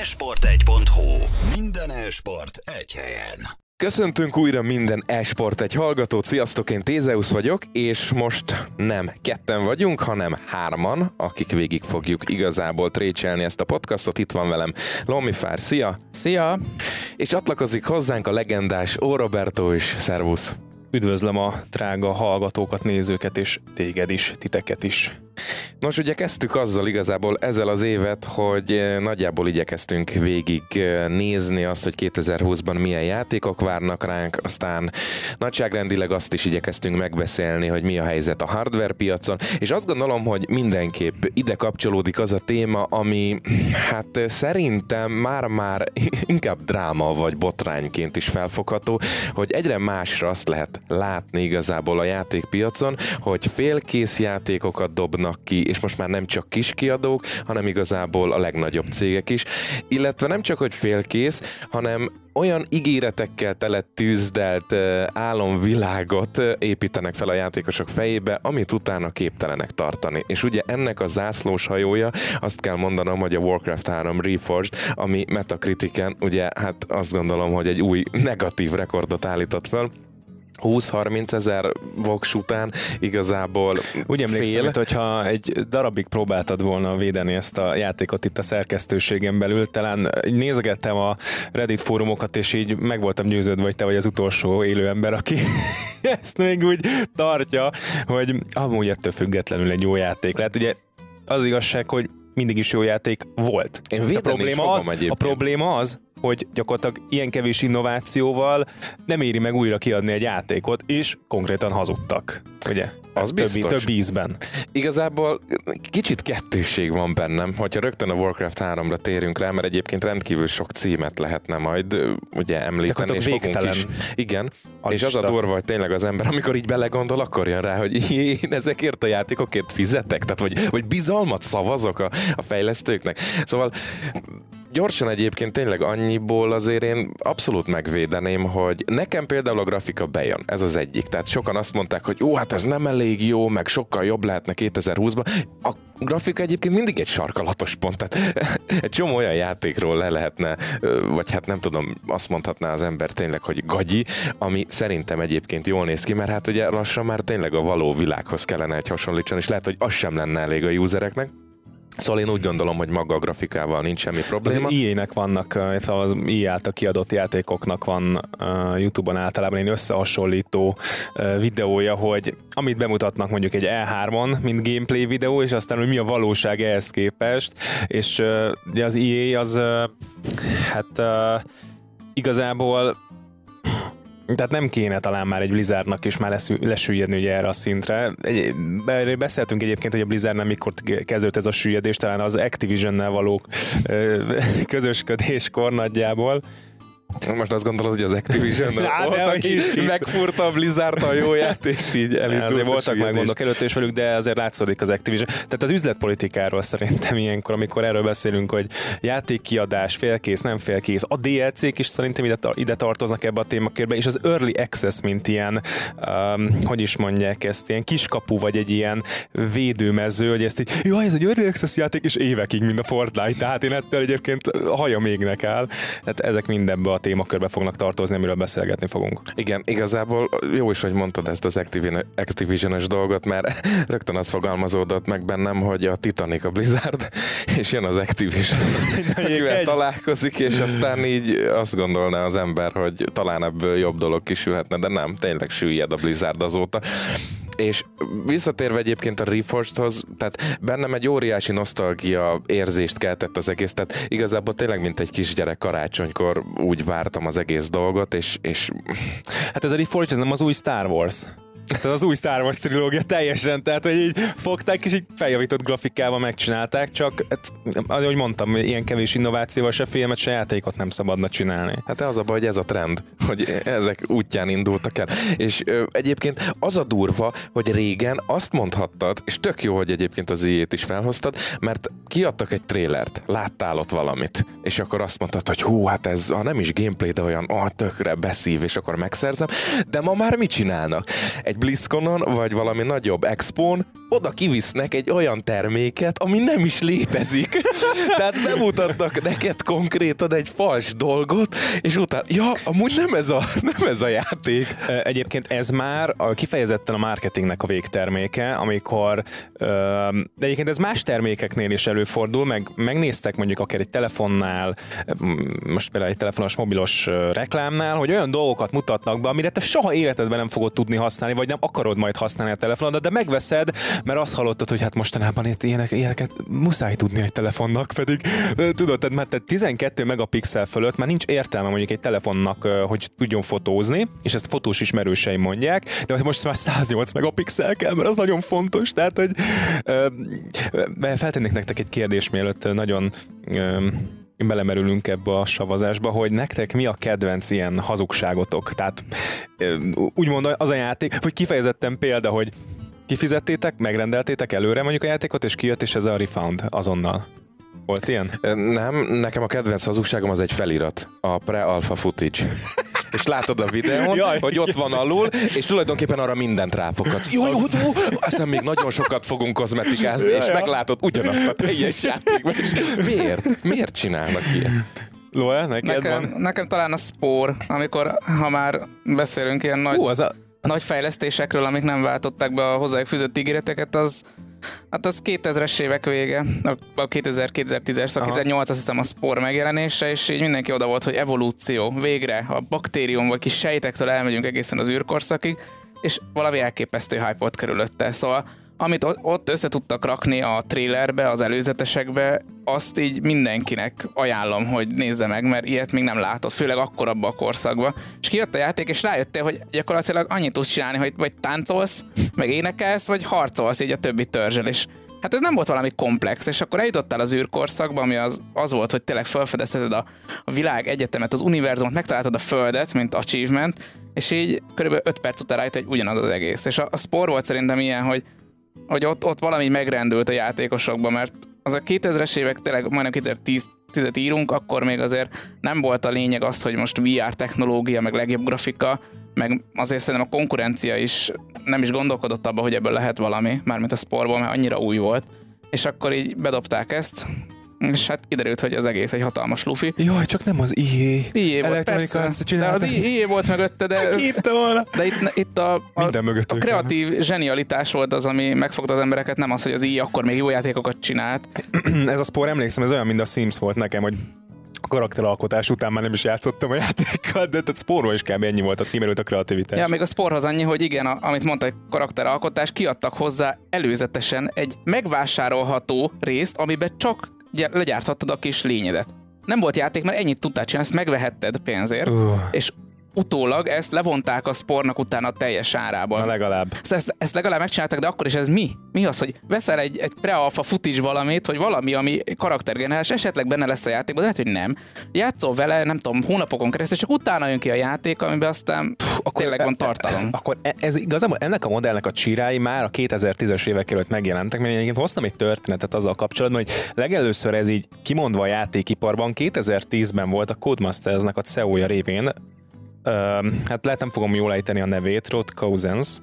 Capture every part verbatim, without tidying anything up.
e-sport egy pont hu. Minden e-sport egy helyen. Köszöntünk újra minden e-sport egy hallgatót, sziasztok, én Tézeusz vagyok, és most nem ketten vagyunk, hanem hárman, akik végig fogjuk igazából trécselni ezt a podcastot. Itt van velem Lomifár, szia! Szia! És csatlakozik hozzánk a legendás Ó Roberto is, szervusz! Üdvözlöm a drága hallgatókat, nézőket, és téged is, titeket is. Nos, ugye kezdtük azzal igazából ezzel az évet, hogy nagyjából igyekeztünk végig nézni azt, hogy kétezer-húszban milyen játékok várnak ránk, aztán nagyságrendileg azt is igyekeztünk megbeszélni, hogy mi a helyzet a hardware piacon, és azt gondolom, hogy mindenképp ide kapcsolódik az a téma, ami hát szerintem már-már inkább dráma vagy botrányként is felfogható, hogy egyre másra azt lehet látni igazából a játékpiacon, hogy félkész játékokat dobnak ki, és most már nem csak kis kiadók, hanem igazából a legnagyobb cégek is, illetve nem csak, hogy félkész, hanem olyan ígéretekkel tele tűzdelt álomvilágot építenek fel a játékosok fejébe, amit utána képtelenek tartani. És ugye ennek a zászlós hajója, azt kell mondanom, hogy a Warcraft három Reforged, ami Metacritiken, ugye hát azt gondolom, hogy egy új negatív rekordot állított fel, húsz-harminc ezer voks után igazából úgy emlékszem, fél. hogyha egy darabig próbáltad volna védeni ezt a játékot itt a szerkesztőségen belül, talán nézegettem a Reddit fórumokat, és így meg voltam győződve, hogy te vagy az utolsó élő ember, aki ezt még úgy tartja, hogy amúgy ettől függetlenül egy jó játék lehet. Ugye az igazság, hogy mindig is jó játék volt. Én a probléma az, a probléma az, hogy gyakorlatilag ilyen kevés innovációval nem éri meg újra kiadni egy játékot, és konkrétan hazudtak, ugye? Az több, több ízben. Igazából kicsit kettősség van bennem, hogyha rögtön a Warcraft háromra térünk rá, mert egyébként rendkívül sok címet lehetne majd ugye említeni, és fogunk is. Igen, a és az a durva, hogy tényleg az ember, amikor így belegondol, akkor jön rá, hogy én ezekért a játékokért fizetek, tehát vagy, vagy bizalmat szavazok a, a fejlesztőknek. Szóval gyorsan egyébként tényleg annyiból azért én abszolút megvédeném, hogy nekem például a grafika bejön, ez az egyik. Tehát sokan azt mondták, hogy jó, hát ez nem elég jó, meg sokkal jobb lehetne kétezer-húszban. A grafika egyébként mindig egy sarkalatos pont, tehát egy csomó olyan játékról le lehetne, vagy hát nem tudom, azt mondhatná az ember tényleg, hogy gagyi, ami szerintem egyébként jól néz ki, mert hát ugye lassan már tényleg a való világhoz kellene egy hasonlítson, és lehet, hogy az sem lenne elég a usereknek. Szóval én úgy gondolom, hogy maga a grafikával nincs semmi probléma. Az í á-nek vannak, szóval az í á által kiadott játékoknak van uh, YouTube-on általában egy összehasonlító uh, videója, hogy amit bemutatnak mondjuk egy E hármon, mint gameplay videó, és aztán, hogy mi a valóság ehhez képest, és uh, ugye az í á az uh, hát uh, igazából tehát nem kéne talán már egy Blizzardnak is már lesüllyedni ugye erre a szintre. Egy, beszéltünk egyébként, hogy a Blizzardnál mikor kezdődött ez a süllyedés, talán az Activisionnel való közösködéskor nagyjából. Most azt gondolod, hogy az Activision volt, aki megfúrta a Blizzard a jóját, és így elindult. Azért voltak már gondok előtt és velük, de azért látszódik az Activision. Tehát az üzletpolitikáról szerintem ilyenkor, amikor erről beszélünk, hogy játékkiadás, félkész, nem félkész, a dé el cé-k is szerintem ide, ide tartoznak ebbe a témakörbe, és az Early Access, mint ilyen, um, hogy is mondják ezt, ilyen kiskapu, vagy egy ilyen védőmező, hogy ezt így, jaj, ez egy Early Access játék, és évekig, mint a Fortnite, tehát én ettől egyébként hajam égnek áll. Tehát ezek mindenbe a témakörbe fognak tartozni, amiről beszélgetni fogunk. Igen, igazából jó is, hogy mondtad ezt az Activision-es dolgot, mert rögtön az fogalmazódott meg bennem, hogy a Titanic a Blizzard, és jön az Activision, akivel egy... találkozik, és aztán így azt gondolná az ember, hogy talán ebből jobb dolog kisülhetne, de nem, tényleg süllyed a Blizzard azóta. És visszatérve egyébként a Reforgedhoz, tehát bennem egy óriási nosztalgia érzést keltett az egész, tehát igazából tényleg mint egy kisgyerek karácsonykor úgy vártam az egész dolgot, és... és... Hát ez a Reforged, ez nem az új Star Wars. Tehát az új Star Wars trilógia teljesen, tehát hogy így fogták és így feljavított grafikával megcsinálták, csak hát, ahogy mondtam, ilyen kevés innovációval se filmet, se játékot nem szabadna csinálni. Hát az a baj, hogy ez a trend, hogy ezek útján indultak el. És ö, egyébként az a durva, hogy régen azt mondhattad, és tök jó, hogy egyébként az í á-t is felhoztad, mert kiadtak egy trélert, láttál ott valamit, és akkor azt mondtad, hogy hú, hát ez, ha nem is gameplay, de olyan ah, tökre beszív, és akkor megszerzem, de ma már mit csinálnak? Egy BlizzConon, vagy valami nagyobb expón oda kivisznek egy olyan terméket, ami nem is létezik. Tehát bemutatnak neked konkrétan egy fals dolgot, és utána, ja, amúgy nem ez a, nem ez a játék. Egyébként ez már a, kifejezetten a marketingnek a végterméke, amikor de egyébként ez más termékeknél is előfordul, meg megnéztek mondjuk akár egy telefonnál, most például egy telefonos mobilos reklámnál, hogy olyan dolgokat mutatnak be, amire te soha életedben nem fogod tudni használni, vagy nem akarod majd használni a telefonodat, de megveszed, mert azt hallottad, hogy hát mostanában itt ilyenek, ilyeneket muszáj tudni egy telefonnak, pedig tudod, tehát már tizenkettő megapixel fölött már nincs értelme mondjuk egy telefonnak, hogy tudjon fotózni, és ezt a fotós ismerőseim mondják, de most már száznyolc megapixel kell, mert az nagyon fontos, tehát hogy feltennék nektek egy kérdést, mielőtt nagyon belemerülünk ebbe a savazásba, hogy nektek mi a kedvenc ilyen hazugságotok? Tehát úgymond az a játék, hogy kifejezetten példa, hogy kifizettétek, megrendeltétek előre mondjuk a játékot, és kijött, és ez a refund azonnal. Volt ilyen? Nem, nekem a kedvenc hazugságom az egy felirat, a pre-alpha footage. És látod a videón, Jaj, hogy ott van alul, és tulajdonképpen arra mindent ráfoghatsz. Jó, jó, jó, aztán még nagyon sokat fogunk kozmetikázni, és meglátod ugyanazt a teljes játékban. És miért? Miért csinálnak ilyen? Loe, neked nekem, van? Nekem talán a Spore, amikor, ha már beszélünk ilyen nagy, Hú, az a... nagy fejlesztésekről, amik nem váltották be a hozzájuk fűzött ígéreteket, az hát az kétezres évek vége, a kétezer-kétezer-tízes, szóval kétezer-nyolc azt hiszem a Spore megjelenése, és így mindenki oda volt, hogy evolúció, végre a baktérium vagy kis sejtektől elmegyünk egészen az űrkorszakig, és valami elképesztő hype volt körülötte. Szóval amit ott össze tudtak rakni a trailerbe, az előzetesekbe, azt így mindenkinek ajánlom, hogy nézze meg, mert ilyet még nem látott, főleg akkor abban a korszakban. És kijött a játék, és rájöttél, hogy gyakorlatilag annyit tudsz csinálni, hogy vagy táncolsz, meg énekelsz, vagy harcolsz így a többi törzsel, és hát ez nem volt valami komplex, és akkor eljutottál az űrkorszakba, ami az, az volt, hogy tényleg felfedezheted a, a világ egyetemet, az univerzumot, megtaláltad a Földet, mint achievement, és így körülbelül öt perc után rájött, hogy ugyanaz az egész. És a, a Spore volt szerintem ilyen, hogy hogy ott, ott valami megrendült a játékosokban, mert az a kétezres évek, tényleg majdnem kétezer-tízet írunk, akkor még azért nem volt a lényeg az, hogy most vé er technológia, meg legjobb grafika, meg azért szerintem a konkurencia is nem is gondolkodott abba, hogy ebből lehet valami, mármint a Sporeból, mert annyira új volt. És akkor így bedobták ezt, és hát kiderült, hogy az egész egy hatalmas lufi. Jaj, csak nem az i á. i á volt, persze, de az i á volt mögötte, de, de itt, itt a, a, a kreatív zsenialitás volt az, ami megfogta az embereket, nem az, hogy az i á akkor még jó játékokat csinált. Ez a Spore, emlékszem, ez olyan, mint a Sims volt nekem, hogy a karakteralkotás után már nem is játszottam a játékkal, de tehát Spore-ról is kb. Ennyi volt, tehát kimerült a kreativitás. Ja, még a Sporehoz annyi, hogy igen, a, amit mondta, egy karakteralkotás, kiadtak hozzá előzetesen egy megvásárolható részt, amiben csak legyárthattad a kis lényedet. Nem volt játék, mert ennyit tudtál csinálni, ezt megvehetted pénzért, uh. és utólag ezt levonták a Spore-nak utána a teljes árából. Na legalább. Ezt, ezt legalább megcsináltak, de akkor is ez mi? Mi az, hogy veszel egy, egy pre-alpha footage valamit, hogy valami, ami karaktergenerálás, esetleg benne lesz a játékban, de lehet, hogy nem. Játszol vele, nem tudom, hónapokon keresztül, csak utána jön ki a játék, amiben aztán Puh, akkor tényleg van tartalom. Akkor ez igazából ennek a modellnek a csírái már a kétezer-tízes évek előtt megjelentek, mert én egyébként hoztam egy történetet azzal kapcsolatban, hogy legelőször ez így kimondva a játékiparban kétezer-tízben volt a Codemastersnek a cé e ó-ja révén, Uh, hát lehet nem fogom jól ejteni a nevét, Rod Cousins,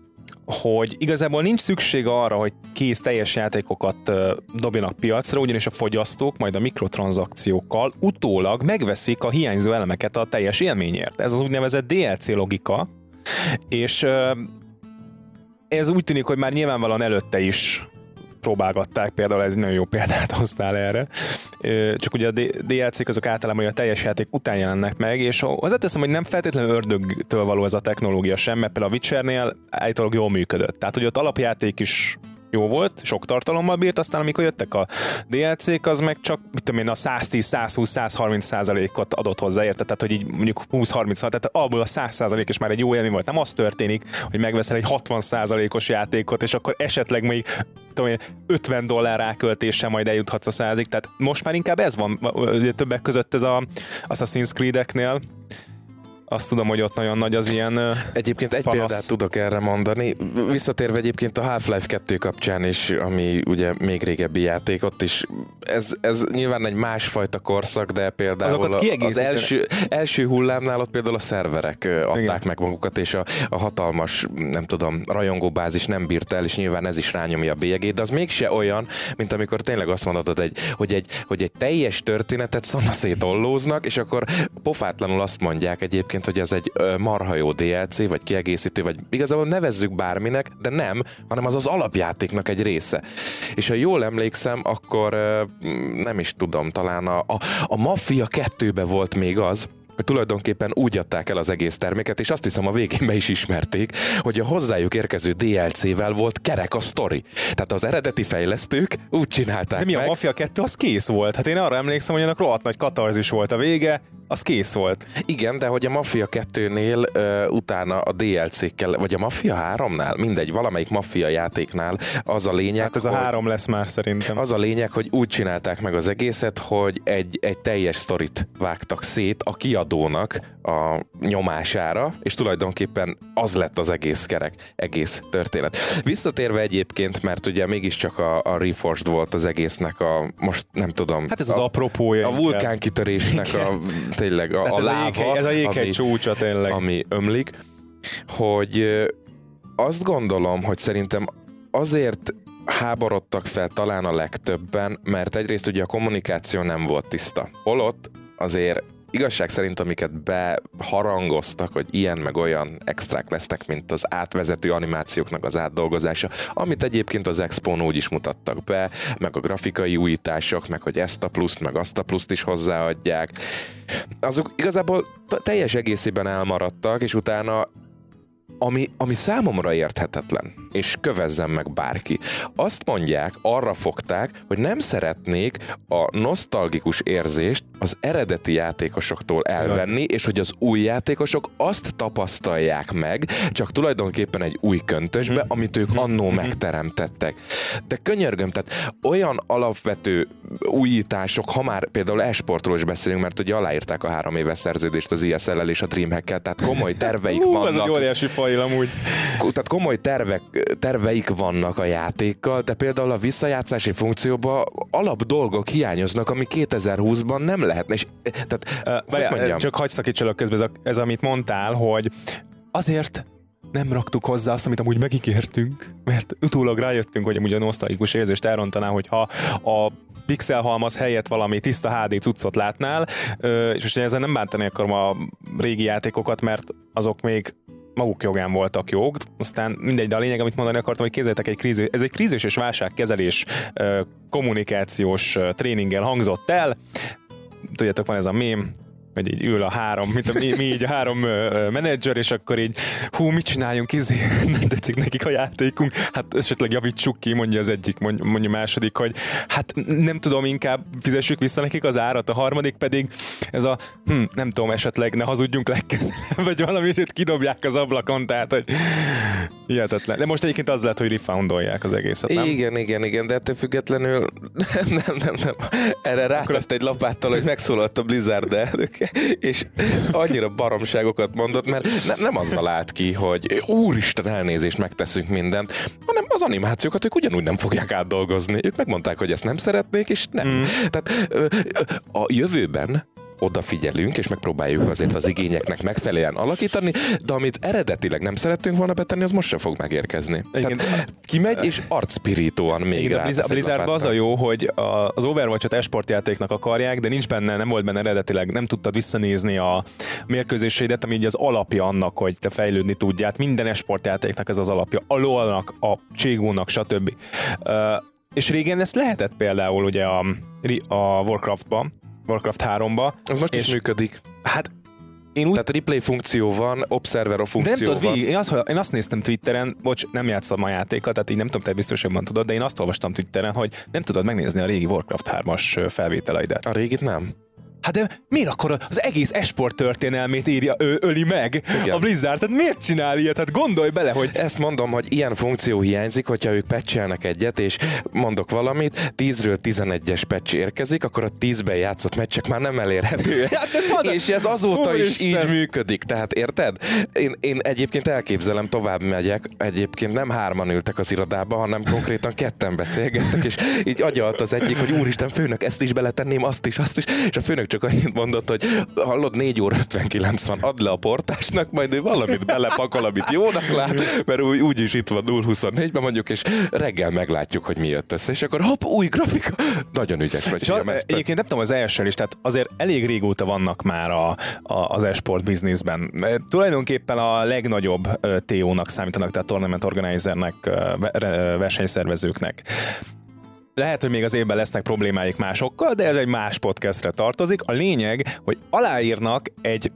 hogy igazából nincs szükség arra, hogy kész teljes játékokat uh, dobjanak piacra, ugyanis a fogyasztók majd a mikrotranszakciókkal utólag megveszik a hiányzó elemeket a teljes élményért. Ez az úgynevezett dé el cé logika, és uh, ez úgy tűnik, hogy már nyilvánvalóan előtte is próbálgatták, például ez nagyon jó példát hoztál erre. Csak ugye a dé el cék azok általában a teljes játék után jelennek meg, és hozzáteszem, hogy nem feltétlenül ördögtől való ez a technológia sem, mert például a Witchernél állítólag jól működött. Tehát, hogy ott alapjáték is jó volt, sok tartalommal bírt, aztán amikor jöttek a dé el cék, az meg csak, mit tudom én, a száztíz, százhúsz, százharminc százalékot adott hozzá, érte? Tehát, hogy így mondjuk húsz-harminc, tehát abból a száz százalék is már egy jó élmény volt. Nem az történik, hogy megveszel egy hatvan százalékos játékot, és akkor esetleg még tudom én, ötven dollár ráköltéssel majd eljuthatsz a százig. Tehát most már inkább ez van, többek között ez a Assassin's Creed-eknél, azt tudom, hogy ott nagyon nagy az ilyen Egyébként egy panasz. példát tudok erre mondani. Visszatérve egyébként a Half-Life kettő kapcsán is, ami ugye még régebbi játék, ott is ez, ez nyilván egy másfajta korszak, de például a, az első, első hullámnál ott például a szerverek adták Igen. meg magukat, és a, a hatalmas, nem tudom, rajongóbázis nem bírt el, és nyilván ez is rányomja a bélyegét, de az mégse olyan, mint amikor tényleg azt mondod, egy, hogy, egy, hogy egy teljes történetet szanaszét ollóznak, és akkor pofátlanul azt mondják egyébként, hogy ez egy marha jó dé el cé, vagy kiegészítő, vagy igazából nevezzük bárminek, de nem, hanem az az alapjátéknak egy része. És ha jól emlékszem, akkor nem is tudom, talán a, a, a Mafia kettőbe volt még az, hogy tulajdonképpen úgy adták el az egész terméket, és azt hiszem a végén be is ismerték, hogy a hozzájuk érkező dé el cével volt kerek a sztori. Tehát az eredeti fejlesztők úgy csinálták De mi meg. A Mafia kettő, az kész volt. Hát én arra emlékszem, hogy annak rohadt nagy katarzis volt a vége, az kész volt. Igen, de hogy a Mafia kettőnél uh, utána a dé el cékkel, vagy a Mafia háromnál, mindegy, valamelyik Mafia játéknál az a lényeg, Hát ez a három lesz már szerintem. Az a lényeg, hogy úgy csinálták meg az egészet, hogy egy, egy teljes sztorit vágtak szét a kiadónak a nyomására, és tulajdonképpen az lett az egész kerek, egész történet. Visszatérve egyébként, mert ugye mégiscsak a, a Reforged volt az egésznek a, most nem tudom. Hát ez a, az apropója. A vulkánkitörésnek a tényleg a, a ez láva, a jéghegy, ez a jéghegy ami, csúcsa tényleg. ami ömlik, hogy azt gondolom, hogy szerintem azért háborodtak fel talán a legtöbben, mert egyrészt ugye a kommunikáció nem volt tiszta. Holott azért igazság szerint, amiket beharangoztak, hogy ilyen meg olyan extrák lesznek, mint az átvezető animációknak az átdolgozása, amit egyébként az Expón úgy is mutattak be, meg a grafikai újítások, meg hogy ezt a pluszt, meg azt a pluszt is hozzáadják. Azok igazából t- teljes egészében elmaradtak, és utána Ami, ami számomra érthetetlen, és kövezzen meg bárki. Azt mondják, arra fogták, hogy nem szeretnék a nosztalgikus érzést az eredeti játékosoktól elvenni, és hogy az új játékosok azt tapasztalják meg, csak tulajdonképpen egy új köntösbe, amit ők annó megteremtettek. De könyörgöm, tehát olyan alapvető újítások, ha már például e-sportról is beszélünk, mert ugye aláírták a három éves szerződést az i es el-el és a Dreamhack-kel, tehát komoly terveik Hú, vannak. Ez egy óriási fail amúgy. Tehát komoly tervek, terveik vannak a játékkal, de például a visszajátszási funkcióban alap dolgok hiányoznak, ami kétezer-húszban nem lehetne. És, tehát, uh, Várjál, csak hagyj szakítsalak közben, ez, a, ez amit mondtál, hogy azért nem raktuk hozzá azt, amit amúgy megígértünk, mert utólag rájöttünk, hogy amúgy a nosztalgikus érzést elrontaná, hogyha a pixelhalmaz helyett valami tiszta há dé cuccot látnál, és most ezzel nem bántani akarom a régi játékokat, mert azok még maguk jogán voltak jók, aztán mindegy, de a lényeg, amit mondani akartam, hogy képzeljétek egy krízis, ez egy krízis és válságkezelés kommunikációs tréninggel hangzott el. Tudjátok, van ez a mém, hogy így ül a három, mint a, mi, mi így a három uh, menedzser, és akkor így, hú, mit csináljunk, izé, nem tetszik nekik a játékunk, hát esetleg javítsuk ki, mondja az egyik, mondja, mondja a második, hogy hát nem tudom, inkább fizessük vissza nekik az árat, a harmadik pedig ez a, hm, nem tudom, esetleg ne hazudjunk legközelebb, vagy valami, és kidobják az ablakon, tehát, hogy hihetetlen. De most egyébként az lehet, hogy refoundolják az egészet, nem? Igen, igen, igen, de ettől függetlenül nem, nem, nem, nem. Erre ráteszt egy lapáttal, hogy megszólalt a Blizzard elnöke, és annyira baromságokat mondott, mert ne, nem azzal állt ki, hogy úristen, elnézést, megteszünk mindent, hanem az animációkat ők ugyanúgy nem fogják átdolgozni. Ők megmondták, hogy ezt nem szeretnék, és nem. Mm. Tehát a jövőben odafigyelünk, és megpróbáljuk azért az igényeknek megfelelően alakítani, de amit eredetileg nem szerettünk volna betenni, az most sem fog megérkezni. Igen. Tehát kimegy, és arcpirítóan még igen, rá. A Blizzardban az a jó, hogy az Overwatch-ot e-sportjátéknak akarják, de nincs benne, nem volt benne eredetileg, nem tudtad visszanézni a mérkőzéseidet, ami így az alapja annak, hogy te fejlődni tudjál. Minden e-sportjátéknak ez az alapja. A LoL-nak, a Cségónak, stb. Uh, és régen ezt lehetett például ugye a, a Warcraftban, Warcraft háromba. Az most is működik. Hát én úgy... Tehát replay funkció van, observer funkció de nem tudod, van. Végig, én, azt, én azt néztem Twitteren, bocs, nem játszom a játékat, tehát így nem tudom, te biztosabban tudod, de én azt olvastam Twitteren, hogy nem tudod megnézni a régi Warcraft hármas felvételeidet. A régit nem. Hát de miért akkor az egész esport történelmét írja, ö, öli meg igen. a Blizzard? Tehát miért csinál ilyet? Hát gondolj bele, hogy... Ezt mondom, hogy ilyen funkció hiányzik, hogyha ők patchelnek egyet, és mondok valamit, tízről tizenegyes patch érkezik, akkor a tízben játszott meccsek már nem elérhető. Hát ez és ez azóta is Isten. így működik. Tehát érted? Én, én egyébként elképzelem, tovább megyek, egyébként nem hárman ültek az irodába, hanem konkrétan ketten beszélgettek, és így agyalt az egyik, hogy úristen, főnök, ezt is beletenném, azt is, azt is, és a főnök csak annyit mondott, hogy hallod, négy óra ötvenkilenc van, add le a portásnak, majd ő valamit belepakol, amit jónak lát, mert úgy, úgyis itt van nulla huszonnégyben mondjuk, és reggel meglátjuk, hogy mi jött össze, és akkor hopp, új grafika. Nagyon ügyes vagy. És a, egyébként nem tudom, az első is, tehát azért elég régóta vannak már a, a, az e-sport bizniszben. Tulajdonképpen a legnagyobb té ó-nak számítanak, tehát tournament organizernek, versenyszervezőknek. Lehet, hogy még az évben lesznek problémáik másokkal, de ez egy más podcastre tartozik. A lényeg, hogy aláírnak egy...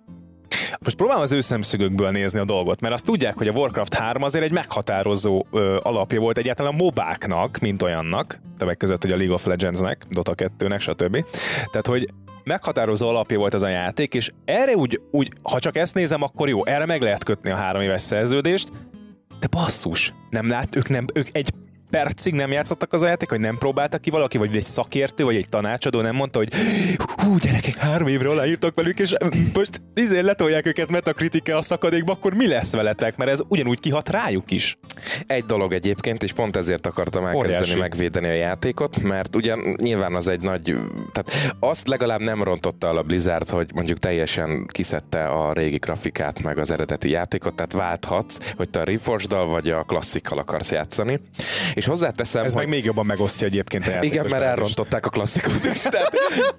Most próbálom az ő szemszögükből nézni a dolgot, mert azt tudják, hogy a Warcraft három azért egy meghatározó ö, alapja volt egyáltalán a mobáknak, mint olyannak, többek között, hogy a League of Legendsnek, Dota kettőnek, stb. Tehát, hogy meghatározó alapja volt ez a játék, és erre úgy, úgy, ha csak ezt nézem, akkor jó, erre meg lehet kötni a három éves szerződést, de basszus, nem lát, ők nem, ők egy percig nem játszottak az a játék, hogy nem próbáltak ki valaki, vagy egy szakértő, vagy egy tanácsadó nem mondta, hogy hú, gyerekek, három évre aláírtak velük, és most izén letolják őket Metacritic-el a szakadékba, akkor mi lesz veletek? Mert ez ugyanúgy kihat rájuk is. Egy dolog egyébként, és pont ezért akartam elkezdeni Óriási. megvédeni a játékot, mert ugyan nyilván az egy nagy... Tehát azt legalább nem rontotta el a Blizzard, hogy mondjuk teljesen kiszedte a régi grafikát, meg az eredeti játékot, tehát válthatsz, hogy te a Reforged-dal vagy a klasszikkal akarsz játszani. És hozzáteszem, ez hogy... meg még jobban megosztja egyébként a játékos. Igen, mert elrontották a klasszikot is. Tehát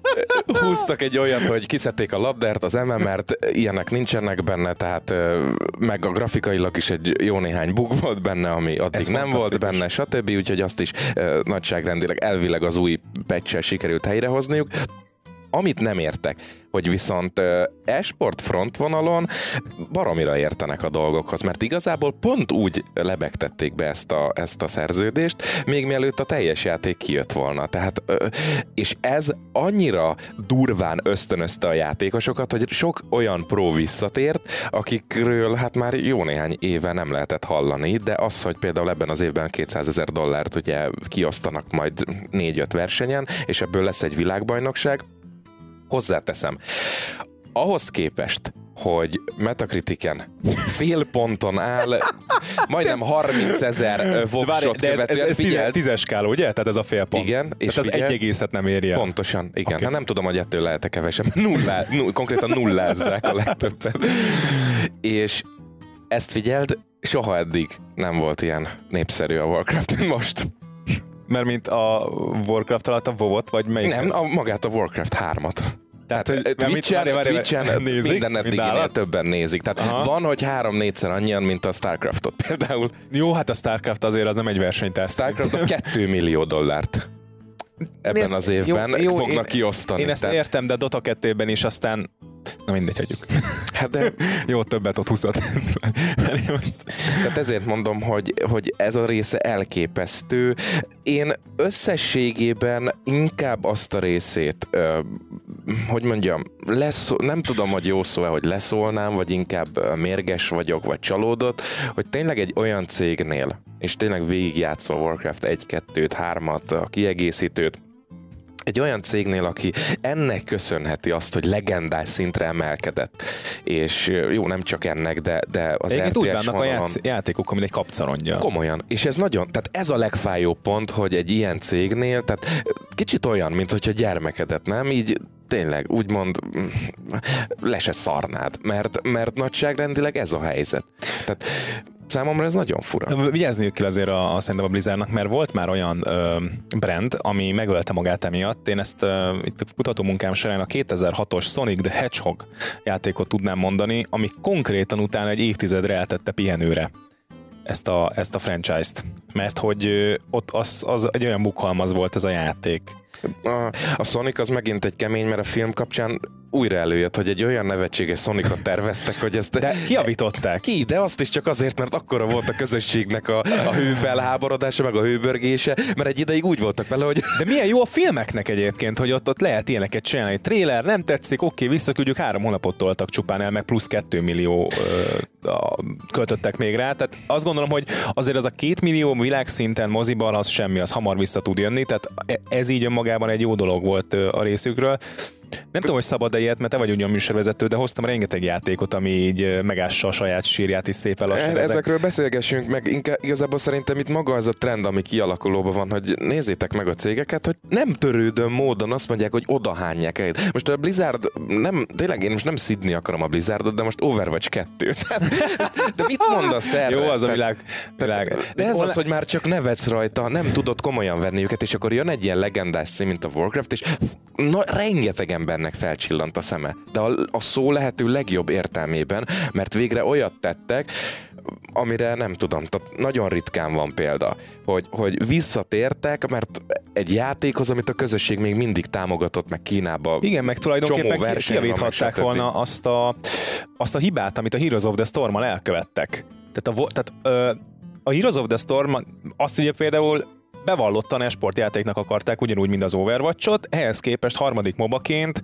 húztak egy olyat, hogy kiszedték a laddert, az em em er-t, ilyenek nincsenek benne, tehát meg a grafikailag is egy jó néhány bug volt benne, ami addig ez nem volt benne, stb. Úgyhogy azt is nagyságrendileg elvileg az új patch-el sikerült helyrehozniuk. Amit nem értek, hogy viszont e-sport frontvonalon baromira értenek a dolgokhoz, mert igazából pont úgy lebegtették be ezt a, ezt a szerződést, még mielőtt a teljes játék kijött volna. Tehát, és ez annyira durván ösztönözte a játékosokat, hogy sok olyan pro visszatért, akikről hát már jó néhány éve nem lehetett hallani, de az, hogy például ebben az évben kétszázezer dollárt ugye kiosztanak majd négy-öt versenyen, és ebből lesz egy világbajnokság. Hozzáteszem, ahhoz képest, hogy Metacriticen fél ponton áll, majdnem harmincezer voksot követően. Ez, ez, ez tízes skáló, ugye? Tehát ez a fél pont. Igen. És az egy egészet nem éri el. Pontosan, igen. Okay. Hát nem tudom, hogy ettől lehet-e kevesebb. Nullá, null, konkrétan nullázzák a legtöbbet. És ezt figyeld, soha eddig nem volt ilyen népszerű a Warcraft, mint most. Mert mint a Warcraft alatt a WoW-ot, vagy melyik? Nem, a, magát a Warcraft hármat. Tehát, hogy Twitch-en, várj, várj, Twitch-en nézik, minden eddiginél többen nézik. Tehát aha. van, hogy három-négyszer annyian, mint a Starcraftot például. Jó, hát a Starcraft azért az nem egy versenytársz. Starcraft két millió dollárt ebben ezt, az évben jó, jó, fognak én, kiosztani. Én ezt tehát... értem, de a Dota kettőben is aztán na mindegy, hagyjuk. Hát de... Jó, többet ott húszat. Most... Tehát ezért mondom, hogy, hogy ez a része elképesztő. Én összességében inkább azt a részét, ö, hogy mondjam, leszó... nem tudom, hogy jó szó-e, hogy leszólnám, vagy inkább mérges vagyok, vagy csalódott, hogy tényleg egy olyan cégnél, és tényleg végigjátszva Warcraft egy, kettőt, hármat, a kiegészítőt, egy olyan cégnél, aki ennek köszönheti azt, hogy legendás szintre emelkedett. És jó, nem csak ennek, de, de az egyébként er té es úgy vannak vonalon... a játsz, játékok, mint egy kapcarongyal. Komolyan. És ez nagyon, tehát ez a legfájóbb pont, hogy egy ilyen cégnél, tehát kicsit olyan, mint hogyha gyermekedet, nem? Így tényleg, úgymond le se szarnád, mert, mert nagyságrendileg ez a helyzet. Tehát számomra ez nagyon fura. Vigyázniuk kell azért a, a, szerintem a Blizzardnak, mert volt már olyan ö, brand, ami megölte magát emiatt. Én ezt ö, itt a kutatómunkám során a kétezer-hatos Sonic the Hedgehog játékot tudnám mondani, ami konkrétan utána egy évtizedre eltette pihenőre ezt a, ezt a franchise-t. Mert hogy ö, ott az, az egy olyan bukhalmaz volt ez a játék. A, a Sonic az megint egy kemény, mert a film kapcsán újra előjött, hogy egy olyan nevetséges Sonicot terveztek, hogy ezt... De kiavították. Ki, de azt is csak azért, mert akkora volt a közösségnek a, a hőfelháborodása, meg a hőbörgése, mert egy ideig úgy voltak vele, hogy... De milyen jó a filmeknek egyébként, hogy ott, ott lehet ilyeneket csinálni. Trailer, nem tetszik, oké, visszaküldjük, három hónapot toltak csupán el, meg plusz kettő millió ö, a, költöttek még rá. Tehát azt gondolom, hogy azért az a két millió világszinten moziban az semmi, az hamar vissza tud jönni, tehát ez így önmagában egy jó dolog volt a részükről. Nem tudom, hogy szabad-e ilyet, mert te vagy ugyan műsorvezető, de hoztam rengeteg játékot, ami így megássa a saját sírját is szépen lassan. Ezekről beszélgessünk, meg inkább igazából szerintem itt maga az a trend, ami kialakulóban van, hogy nézzétek meg a cégeket, hogy nem törődő módon azt mondják, hogy odahányják el. Most a Blizzard, nem, tényleg én most nem szidni akarom a Blizzardot, de most Overwatch kettő. De mit mondasz erre? Jó, az a világ. világ. De ez az, hogy már csak nevetsz rajta, nem tudod komolyan venni őket, és akkor jön egy ilyen legendás szín, mint a Warcraft, és na, rengeteg embernek felcsillant a szeme. De a, a szó lehető legjobb értelmében, mert végre olyat tettek, amire nem tudom, tehát nagyon ritkán van példa, hogy, hogy visszatértek, mert egy játékhoz, amit a közösség még mindig támogatott, meg Kínába. Igen, meg tulajdonképpen kijavíthatták volna azt a, azt a hibát, amit a Heroes of the Storm-mal elkövettek. Tehát a, tehát, ö, a Heroes of the Storm azt ugye például bevallottan e-sportjátéknak akarták, ugyanúgy, mint az Overwatch-ot, ehhez képest harmadik mobaként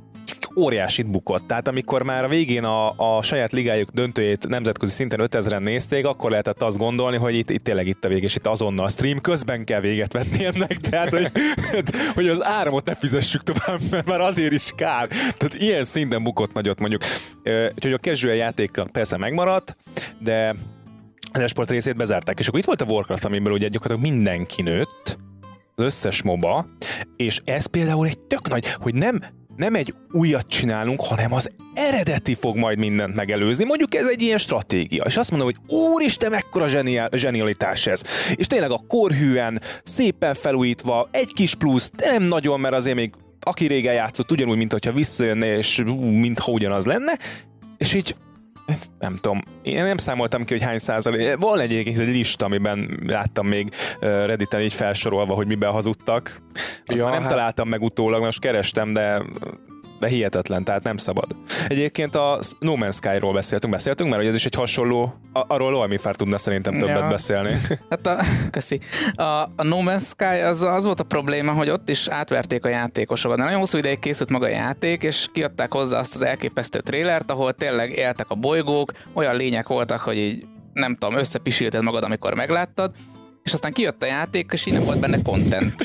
óriásit bukott. Tehát amikor már a végén a, a saját ligájuk döntőjét nemzetközi szinten ötezren nézték, akkor lehetett azt gondolni, hogy itt, itt tényleg itt a vég, és itt azonnal a stream közben kell véget vetni ennek, tehát hogy, hogy az áramot ne fizessük tovább, mert már azért is kár. Tehát ilyen szinten bukott nagyot mondjuk. Úgyhogy a casual játék persze megmaradt, de az esport részét bezárták. És akkor itt volt a Warcraft, amiből ugye gyakorlatilag mindenki nőtt, az összes moba, és ez például egy tök nagy, hogy nem nem egy újat csinálunk, hanem az eredeti fog majd mindent megelőzni. Mondjuk ez egy ilyen stratégia. És azt mondom, hogy úristen, mekkora zseniál, zsenialitás ez. És tényleg a korhűen, szépen felújítva, egy kis plusz, de nem nagyon, mert azért még aki régen játszott, ugyanúgy, mint hogyha visszajönne, és mintha ugyanaz lenne. És így nem tudom, én nem számoltam ki, hogy hány százalék. Van egy, egy lista, amiben láttam még Redditen így felsorolva, hogy miben hazudtak. Azt ja, már nem hát... találtam meg utólag, most kerestem, de, de hihetetlen, tehát nem szabad. Egyébként a No Man's Sky-ról beszéltünk, beszéltünk, mert ez is egy hasonló, arról Loemi Fár tudna szerintem többet ja. beszélni. Hát a, köszi. A, a No Man's Sky az, az volt a probléma, hogy ott is átverték a játékosokat. De nagyon hosszú ideig készült maga a játék, és kiadták hozzá azt az elképesztő trélert, ahol tényleg éltek a bolygók, olyan lények voltak, hogy így nem tudom, összepisilted magad, amikor megláttad, és aztán kijött a játék, és így nem volt benne content.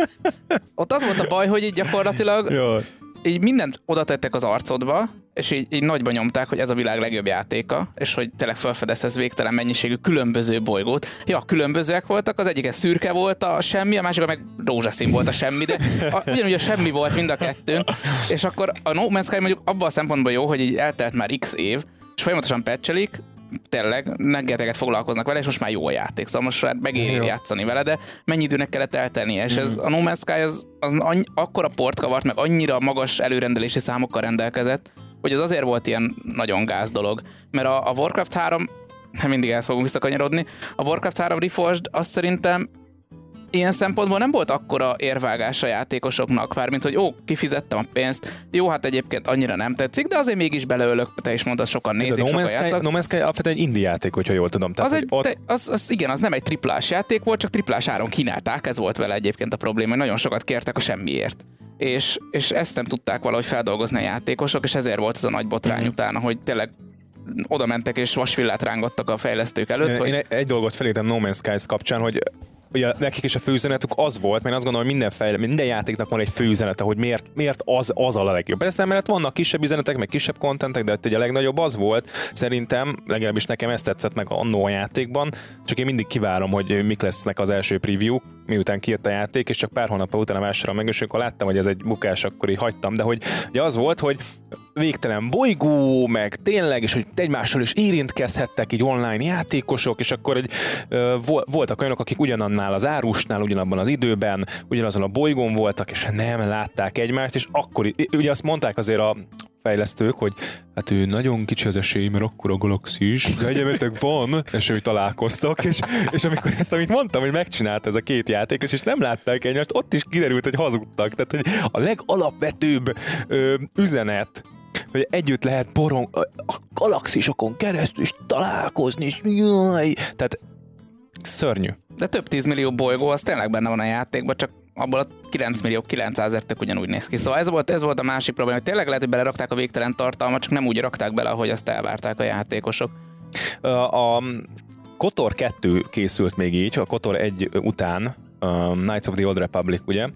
Ott az volt a baj, hogy így gyakorlatilag Jó. így mindent oda tettek az arcodba, és így, így nagyba nyomták, hogy ez a világ legjobb játéka, és hogy tényleg felfedezhez végtelen mennyiségű különböző bolygót. Ja, különbözőek voltak, az egyik szürke volt a semmi, a másik meg rózsaszín volt a semmi, de a, ugyanúgy a semmi volt mind a kettőn, és akkor a No Man's Sky mondjuk abban a szempontból jó, hogy így eltelt már x év, és folyamatosan patchelik, tényleg rengeteget foglalkoznak vele, és most már jó a játék, szóval most már megéri játszani vele, de mennyi időnek kellett eltennie, és ez a No Man's Sky az, az annyi, akkora port kavart, meg annyira magas előrendelési számokkal rendelkezett, hogy az azért volt ilyen nagyon gáz dolog, mert a, a Warcraft három, nem mindig ezt fogunk visszakanyarodni, a Warcraft három Reforged azt szerintem ilyen szempontból nem volt akkora érvágás a játékosoknak, mármint, hogy ó, kifizettem a pénzt, jó, hát egyébként annyira nem tetszik, de azért mégis beleölök, te is mondtad, sokan nézik, sokan játszak. No Man's Sky alapvetően egy indie játék, hogyha jól tudom. Tehát, az, egy, ott... te, az, az igen, az nem egy triplás játék volt, csak triplás áron kínálták, ez volt vele egyébként a probléma, hogy nagyon sokat kértek a semmiért. És, és ezt nem tudták valahogy feldolgozni a játékosok, és ezért volt az a nagy botrány mm-hmm. utána, hogy tényleg oda mentek és vasvillát rángattak a fejlesztők előtt. Én, hogy... én egy dolgot felírtam No Man's Sky kapcsán, hogy ugye nekik is a főüzenetük az volt, mert én azt gondolom, hogy minden, fejle, minden játéknak van egy főüzenete, hogy miért, miért az, az a legjobb. Persze, mert vannak kisebb üzenetek, meg kisebb kontentek, de ugye a legnagyobb az volt. Szerintem, legalábbis nekem ezt tetszett meg annó a játékban, csak én mindig kivárom, hogy mik lesznek az első preview, miután kijött a játék, és csak pár hónap után vásárolom meg, és amikor láttam, hogy ez egy bukás, akkor így hagytam, de hogy ugye az volt, hogy végtelen bolygó, meg tényleg, és hogy egymással is érintkezhettek így online játékosok, és akkor egy, ö, voltak olyanok, akik ugyanannál az árusnál, ugyanabban az időben, ugyanazon a bolygón voltak, és nem látták egymást, és akkor ugye azt mondták azért a fejlesztők, hogy hát ő nagyon kicsi az esély, mert akkor a galaxis, de egyemetek van, és ő találkoztak, és, és amikor ezt, amit mondtam, hogy megcsinált ez a két játékos, és nem látták egymást, ott is kiderült, hogy hazudtak. Tehát hogy a legalapvetőbb ö, üzenet, hogy együtt lehet borong, a galaxisokon keresztül is találkozni, és jaj, tehát szörnyű. De több tízmillió bolygó, az tényleg benne van a játékban, csak abból a kilenc millió kilencszázezer tök ugyanúgy néz ki. Szóval ez volt, ez volt a másik probléma, hogy tényleg lehet, hogy belerakták a végtelen tartalmat, csak nem úgy rakták bele, ahogy azt elvárták a játékosok. A KOTOR kettő készült még így, a KOTOR egy után, um, Knights of the Old Republic, ugye?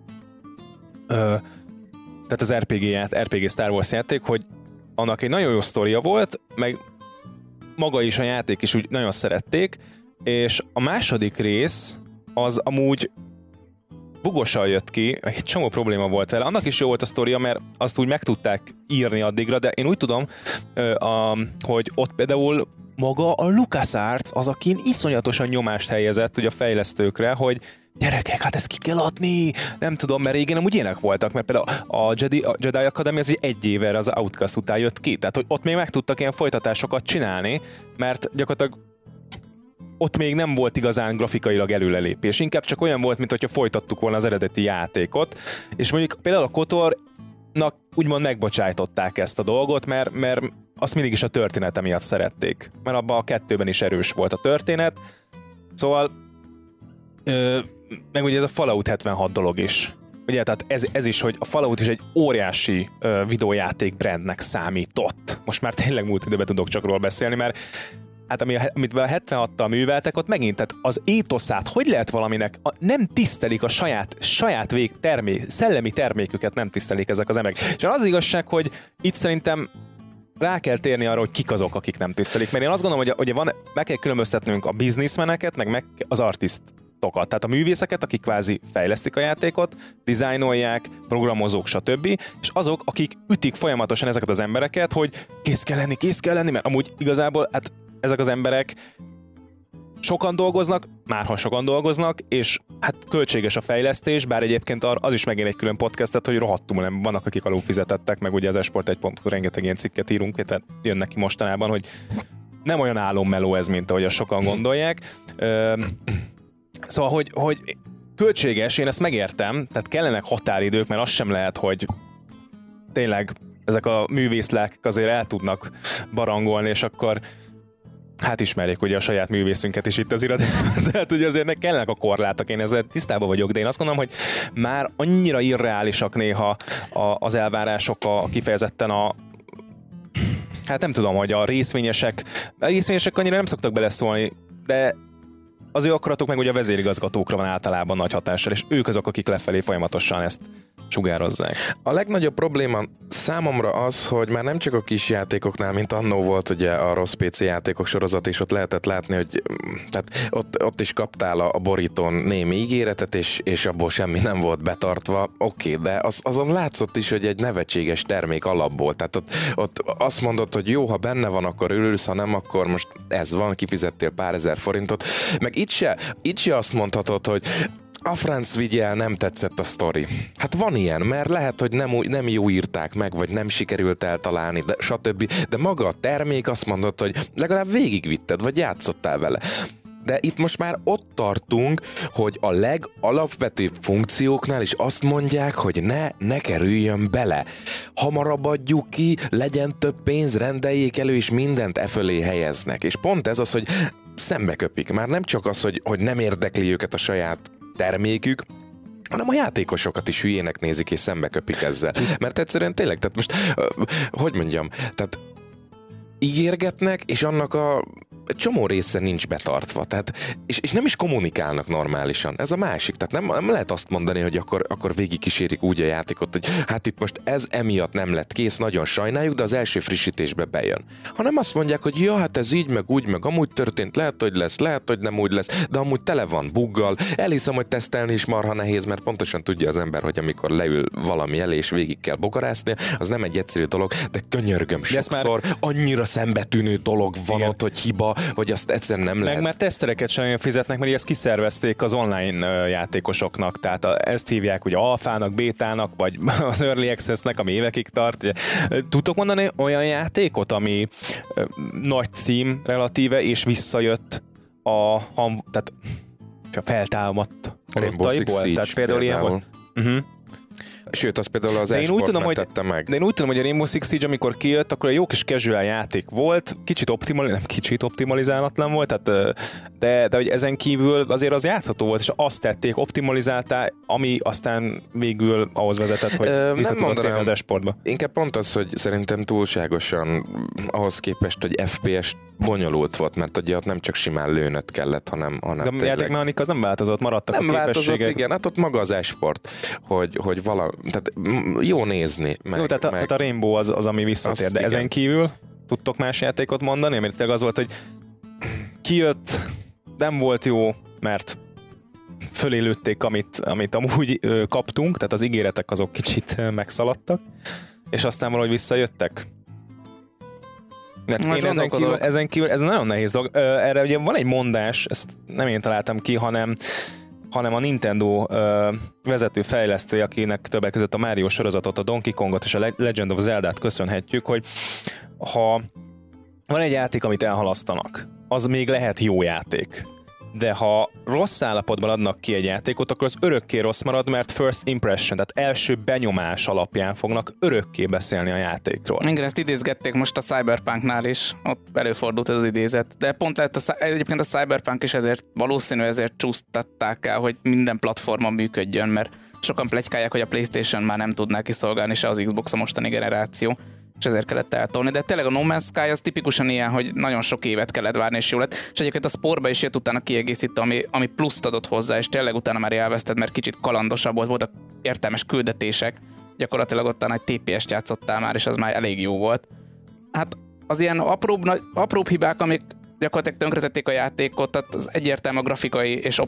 Uh, tehát az er pé gé, er pé gé Star Wars játék, hogy annak egy nagyon jó sztoria volt, meg maga is a játék is úgy nagyon szerették, és a második rész az amúgy bugosan jött ki, meg egy csomó probléma volt vele. Annak is jó volt a sztoria, mert azt úgy meg tudták írni addigra, de én úgy tudom, hogy ott például maga a LucasArts az, akin iszonyatosan nyomást helyezett ugye a fejlesztőkre, hogy gyerekek, hát ezt ki kell adni, nem tudom, mert régen amúgy ilyenek voltak, mert például a Jedi, a Jedi Academy az egy évvel az Outcast után jött ki, tehát hogy ott még meg tudtak ilyen folytatásokat csinálni, mert gyakorlatilag ott még nem volt igazán grafikailag előrelépés, inkább csak olyan volt, mint hogyha folytattuk volna az eredeti játékot, és mondjuk például a KOTOR-nak úgymond megbocsájtották ezt a dolgot, mert, mert azt mindig is a története miatt szerették, mert abban a kettőben is erős volt a történet, szóval ö, meg ugye ez a Fallout hetvenhat dolog is. Ugye, tehát ez, ez is, hogy a Fallout is egy óriási ö, videójáték brandnek számított. Most már tényleg múlt időben tudok csak róla beszélni, mert hát ami, amit a hetvenhattal műveltek, ott megint, tehát az étoszát, hogy lehet valaminek, a, nem tisztelik a saját, saját vég termék, szellemi terméküket nem tisztelik ezek az emberek. És az igazság, hogy itt szerintem rá kell térni arra, hogy kik azok, akik nem tisztelik. Mert én azt gondolom, hogy, hogy van, meg kell különböztetnünk a bizniszmeneket, meg, meg az artistokat. Tehát a művészeket, akik kvázi fejlesztik a játékot, dizájnolják, programozók, stb. És azok, akik ütik folyamatosan ezeket az embereket, hogy kész kell lenni, kész kell lenni, mert amúgy igazából hát ezek az emberek sokan dolgoznak, márha sokan dolgoznak, és hát költséges a fejlesztés, bár egyébként az is megint egy külön podcastet, hogy rohadtul nem vannak, akik alul fizetettek, meg ugye az esport egy pont hu rengeteg ilyen cikket írunk, tehát jönnek ki mostanában, hogy nem olyan álommeló ez, mint ahogy azt sokan gondolják. Szóval, hogy, hogy költséges, én ezt megértem, tehát kellenek határidők, mert az sem lehet, hogy tényleg ezek a művészlelkek azért el tudnak barangolni, és akkor hát ismerjék ugye a saját művészünket is itt az irodában, de hát ugye azért kellenek a korlátok, én ezzel tisztában vagyok, de én azt gondolom, hogy már annyira irreálisak néha a, az elvárások a, kifejezetten a hát nem tudom, hogy a részvényesek, a részvényesek annyira nem szoktak beleszólni, de az ő akaratok meg ugye a vezérigazgatókra van általában nagy hatással, és ők azok, akik lefelé folyamatosan ezt sugározzák. A legnagyobb probléma számomra az, hogy már nem csak a kis játékoknál, mint annó volt ugye a rossz pé cé játékok sorozat, és ott lehetett látni, hogy tehát ott, ott is kaptál a, a borítón némi ígéretet, és, és abból semmi nem volt betartva. Oké, okay, de az, azon látszott is, hogy egy nevetséges termék alapból. Tehát ott, ott azt mondod, hogy jó, ha benne van, akkor örülsz, ha nem, akkor most ez van, kifizettél pár ezer forintot. Meg itt se, itt se azt mondhatod, hogy a franc vigyel, nem tetszett a sztori. Hát van ilyen, mert lehet, hogy nem, nem jó írták meg, vagy nem sikerült eltalálni, de stb. De maga a termék azt mondott, hogy legalább végigvitted, vagy játszottál vele. De itt most már ott tartunk, hogy a legalapvetőbb funkcióknál is azt mondják, hogy ne, ne kerüljön bele. Hamarabb adjuk ki, legyen több pénz, rendeljék elő, és mindent e fölé helyeznek. És pont ez az, hogy szembe köpik. Már nem csak az, hogy, hogy nem érdekli őket a saját termékük, hanem a játékosokat is hülyének nézik, és szembe köpik ezzel. Mert egyszerűen tényleg, tehát most, hogy mondjam, tehát ígérgetnek, és annak a csomó része nincs betartva, tehát, és, és nem is kommunikálnak normálisan. Ez a másik, tehát nem, nem lehet azt mondani, hogy akkor, akkor végig kísérik úgy a játékot, hogy hát itt most ez emiatt nem lett kész, nagyon sajnáljuk, de az első frissítésbe bejön. Hanem azt mondják, hogy ja, hát ez így, meg úgy, meg amúgy történt, lehet, hogy lesz, lehet, hogy nem úgy lesz, de amúgy tele van buggal. Elhiszem, hogy tesztelni is marha nehéz, mert pontosan tudja az ember, hogy amikor leül valami elé, és végig kell bogarászni, az nem egy egyszerű dolog, de könyörgöm, sokszor már... annyira szembetűnő dolog van. Igen. Ott, hogy hiba, hogy azt egyszerűen nem meg lehet. mert tesztereket sem fizetnek, mert ezt kiszervezték az online játékosoknak, tehát ezt hívják ugye alfának, bétának, vagy az early accessnek, ami évekig tart. Tudtok mondani olyan játékot, ami nagy cím relatíve, és visszajött a, ham, tehát a feltámadt Rainbow tehát például ilyen volt. Uh-huh. Sőt, az például az e-sport megtette meg. De én úgy tudom, hogy a Rainbow Six Siege, amikor kijött, akkor egy jó kis casual játék volt, kicsit optimali, nem kicsit optimalizálatlan volt, tehát, de, de hogy ezen kívül azért az játszható volt, és azt tették, optimalizálták, ami aztán végül ahhoz vezetett, hogy Ö, vissza tudott térni az e-sportba. Inkább pont az, hogy szerintem túlságosan ahhoz képest, hogy ef pé es bonyolult volt, mert ugye ott nem csak simán lőnöt kellett, hanem, hanem de a játékmechanika az nem változott, maradtak nem a képességek. Nem változott, igen, hát ott maga az e-sport, hogy, hogy vala, tehát jó nézni. Meg, jó, tehát, a, meg... tehát a Rainbow az, az ami visszatér, az, de igen. Ezen kívül tudtok más játékot mondani, amit tényleg az volt, hogy kijött, nem volt jó, mert fölé lőtték, amit, amit amúgy ö, kaptunk, tehát az ígéretek azok kicsit ö, megszaladtak, és aztán valahogy visszajöttek. Mert én ezen kívül, ezen kívül, ez nagyon nehéz dolog. Ö, erre ugye van egy mondás, ezt nem én találtam ki, hanem hanem a Nintendo ö, vezető fejlesztője, akinek többek között a Mario sorozatot, a Donkey Kongot és a Legend of Zelda-t köszönhetjük, hogy ha van egy játék, amit elhalasztanak, az még lehet jó játék. De ha rossz állapotban adnak ki egy játékot, akkor az örökké rossz marad, mert first impression, tehát első benyomás alapján fognak örökké beszélni a játékról. Igen, ezt idézgették most a Cyberpunknál is, ott előfordult ez az idézet. De pont lett a, egyébként a Cyberpunk is ezért valószínű ezért csúsztatták el, hogy minden platformon működjön, mert sokan pletykálják, hogy a PlayStation már nem tudná kiszolgálni se az Xbox a mostani generáció, és ezért kellett eltolni. De tényleg a No Man's Sky az tipikusan ilyen, hogy nagyon sok évet kellett várni, és jó lett. És egyébként a Sportba is jött utána kiegészítő, ami, ami pluszt adott hozzá, és tényleg utána már elveszted, mert kicsit kalandosabb volt, voltak értelmes küldetések. Gyakorlatilag ott egy té pé est játszottál már, és az már elég jó volt. Hát az ilyen apróbb, nagy, apróbb hibák, amik gyakorlatilag tönkretették a játékot, tehát az egyértelmű grafikai és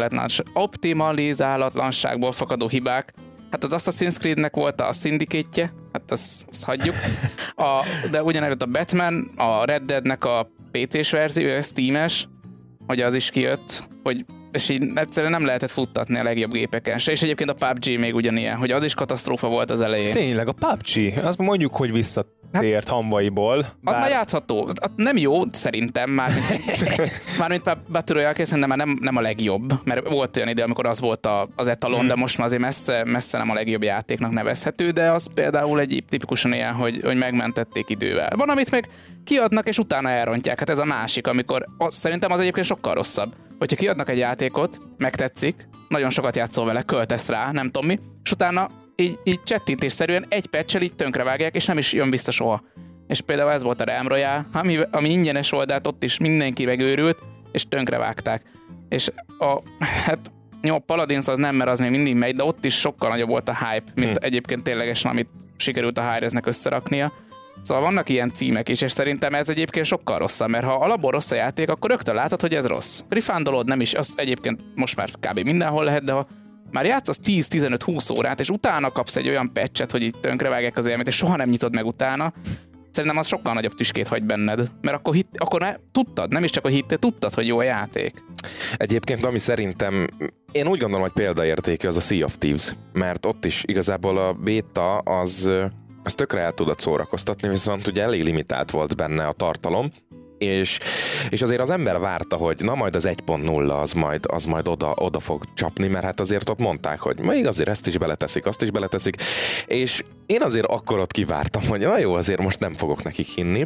optimalizálatlanságból fakadó hibák. Hát az Assassin's Creed-nek volt a Syndicate-je, hát azt, azt hagyjuk. A, de ugyanez a Batman, a Red Dead-nek a pé cés verzió, a Steam-es, hogy az is kijött, hogy, és így egyszerűen nem lehetett futtatni a legjobb gépeken se. És egyébként a pé u bé gé még ugyanilyen, hogy az is katasztrófa volt az elején. Tényleg, a pé u bé gé, azt mondjuk, hogy visszatért hát, hamvaiból. Bár... Az már játszható. Nem jó, szerintem, mármint, mármint Battle Royale szerintem már nem, nem a legjobb, mert volt olyan idő, amikor az volt a, az etalon, hmm. de most már azért messze, messze nem a legjobb játéknak nevezhető, de az például egy tipikusan ilyen, hogy, hogy megmentették idővel. Van, amit meg kiadnak, és utána elrontják. Hát ez a másik, amikor az, szerintem az egyébként sokkal rosszabb. Hogyha kiadnak egy játékot, megtetszik, nagyon sokat játszol vele, költesz rá, nem tudom mi, és utána így, így csettintésszerűen egy patch-el így tönkrevágják, és nem is jön vissza soha. És például ez volt a Realm Royale, ami, ami ingyenes volt, de hát ott is mindenki megőrült, és tönkrevágták. És a, hát jó, a Paladins az nem, mert az még mindig megy, de ott is sokkal nagyobb volt a hype, mint hm. egyébként ténylegesen, amit sikerült a Hi-Reznek összeraknia. Szóval vannak ilyen címek is, és szerintem ez egyébként sokkal rosszabb, mert ha alapból rossz a játék, akkor rögtön látod, hogy ez rossz. Refundolod nem is, az egyébként most már kb. Mindenhol lehet, de ha már játszasz tíz-tizenöt-húsz órát, és utána kapsz egy olyan patchet, hogy itt tönkrevágják az élményt, és soha nem nyitod meg utána, szerintem az sokkal nagyobb tüskét hagy benned. Mert akkor, hit, akkor ne, tudtad, nem is csak, hogy hittél, tudtad, hogy jó a játék. Egyébként, ami szerintem, én úgy gondolom, hogy példaértékű az a Sea of Thieves, mert ott is igazából a béta az... azt tökre el tudod szórakoztatni, viszont ugye elég limitált volt benne a tartalom, és, és azért az ember várta, hogy na majd az egy pont nulla az majd, az majd oda, oda fog csapni, mert hát azért ott mondták, hogy még azért ezt is beleteszik, azt is beleteszik, és én azért akkor ott kivártam, hogy na jó, azért most nem fogok nekik hinni,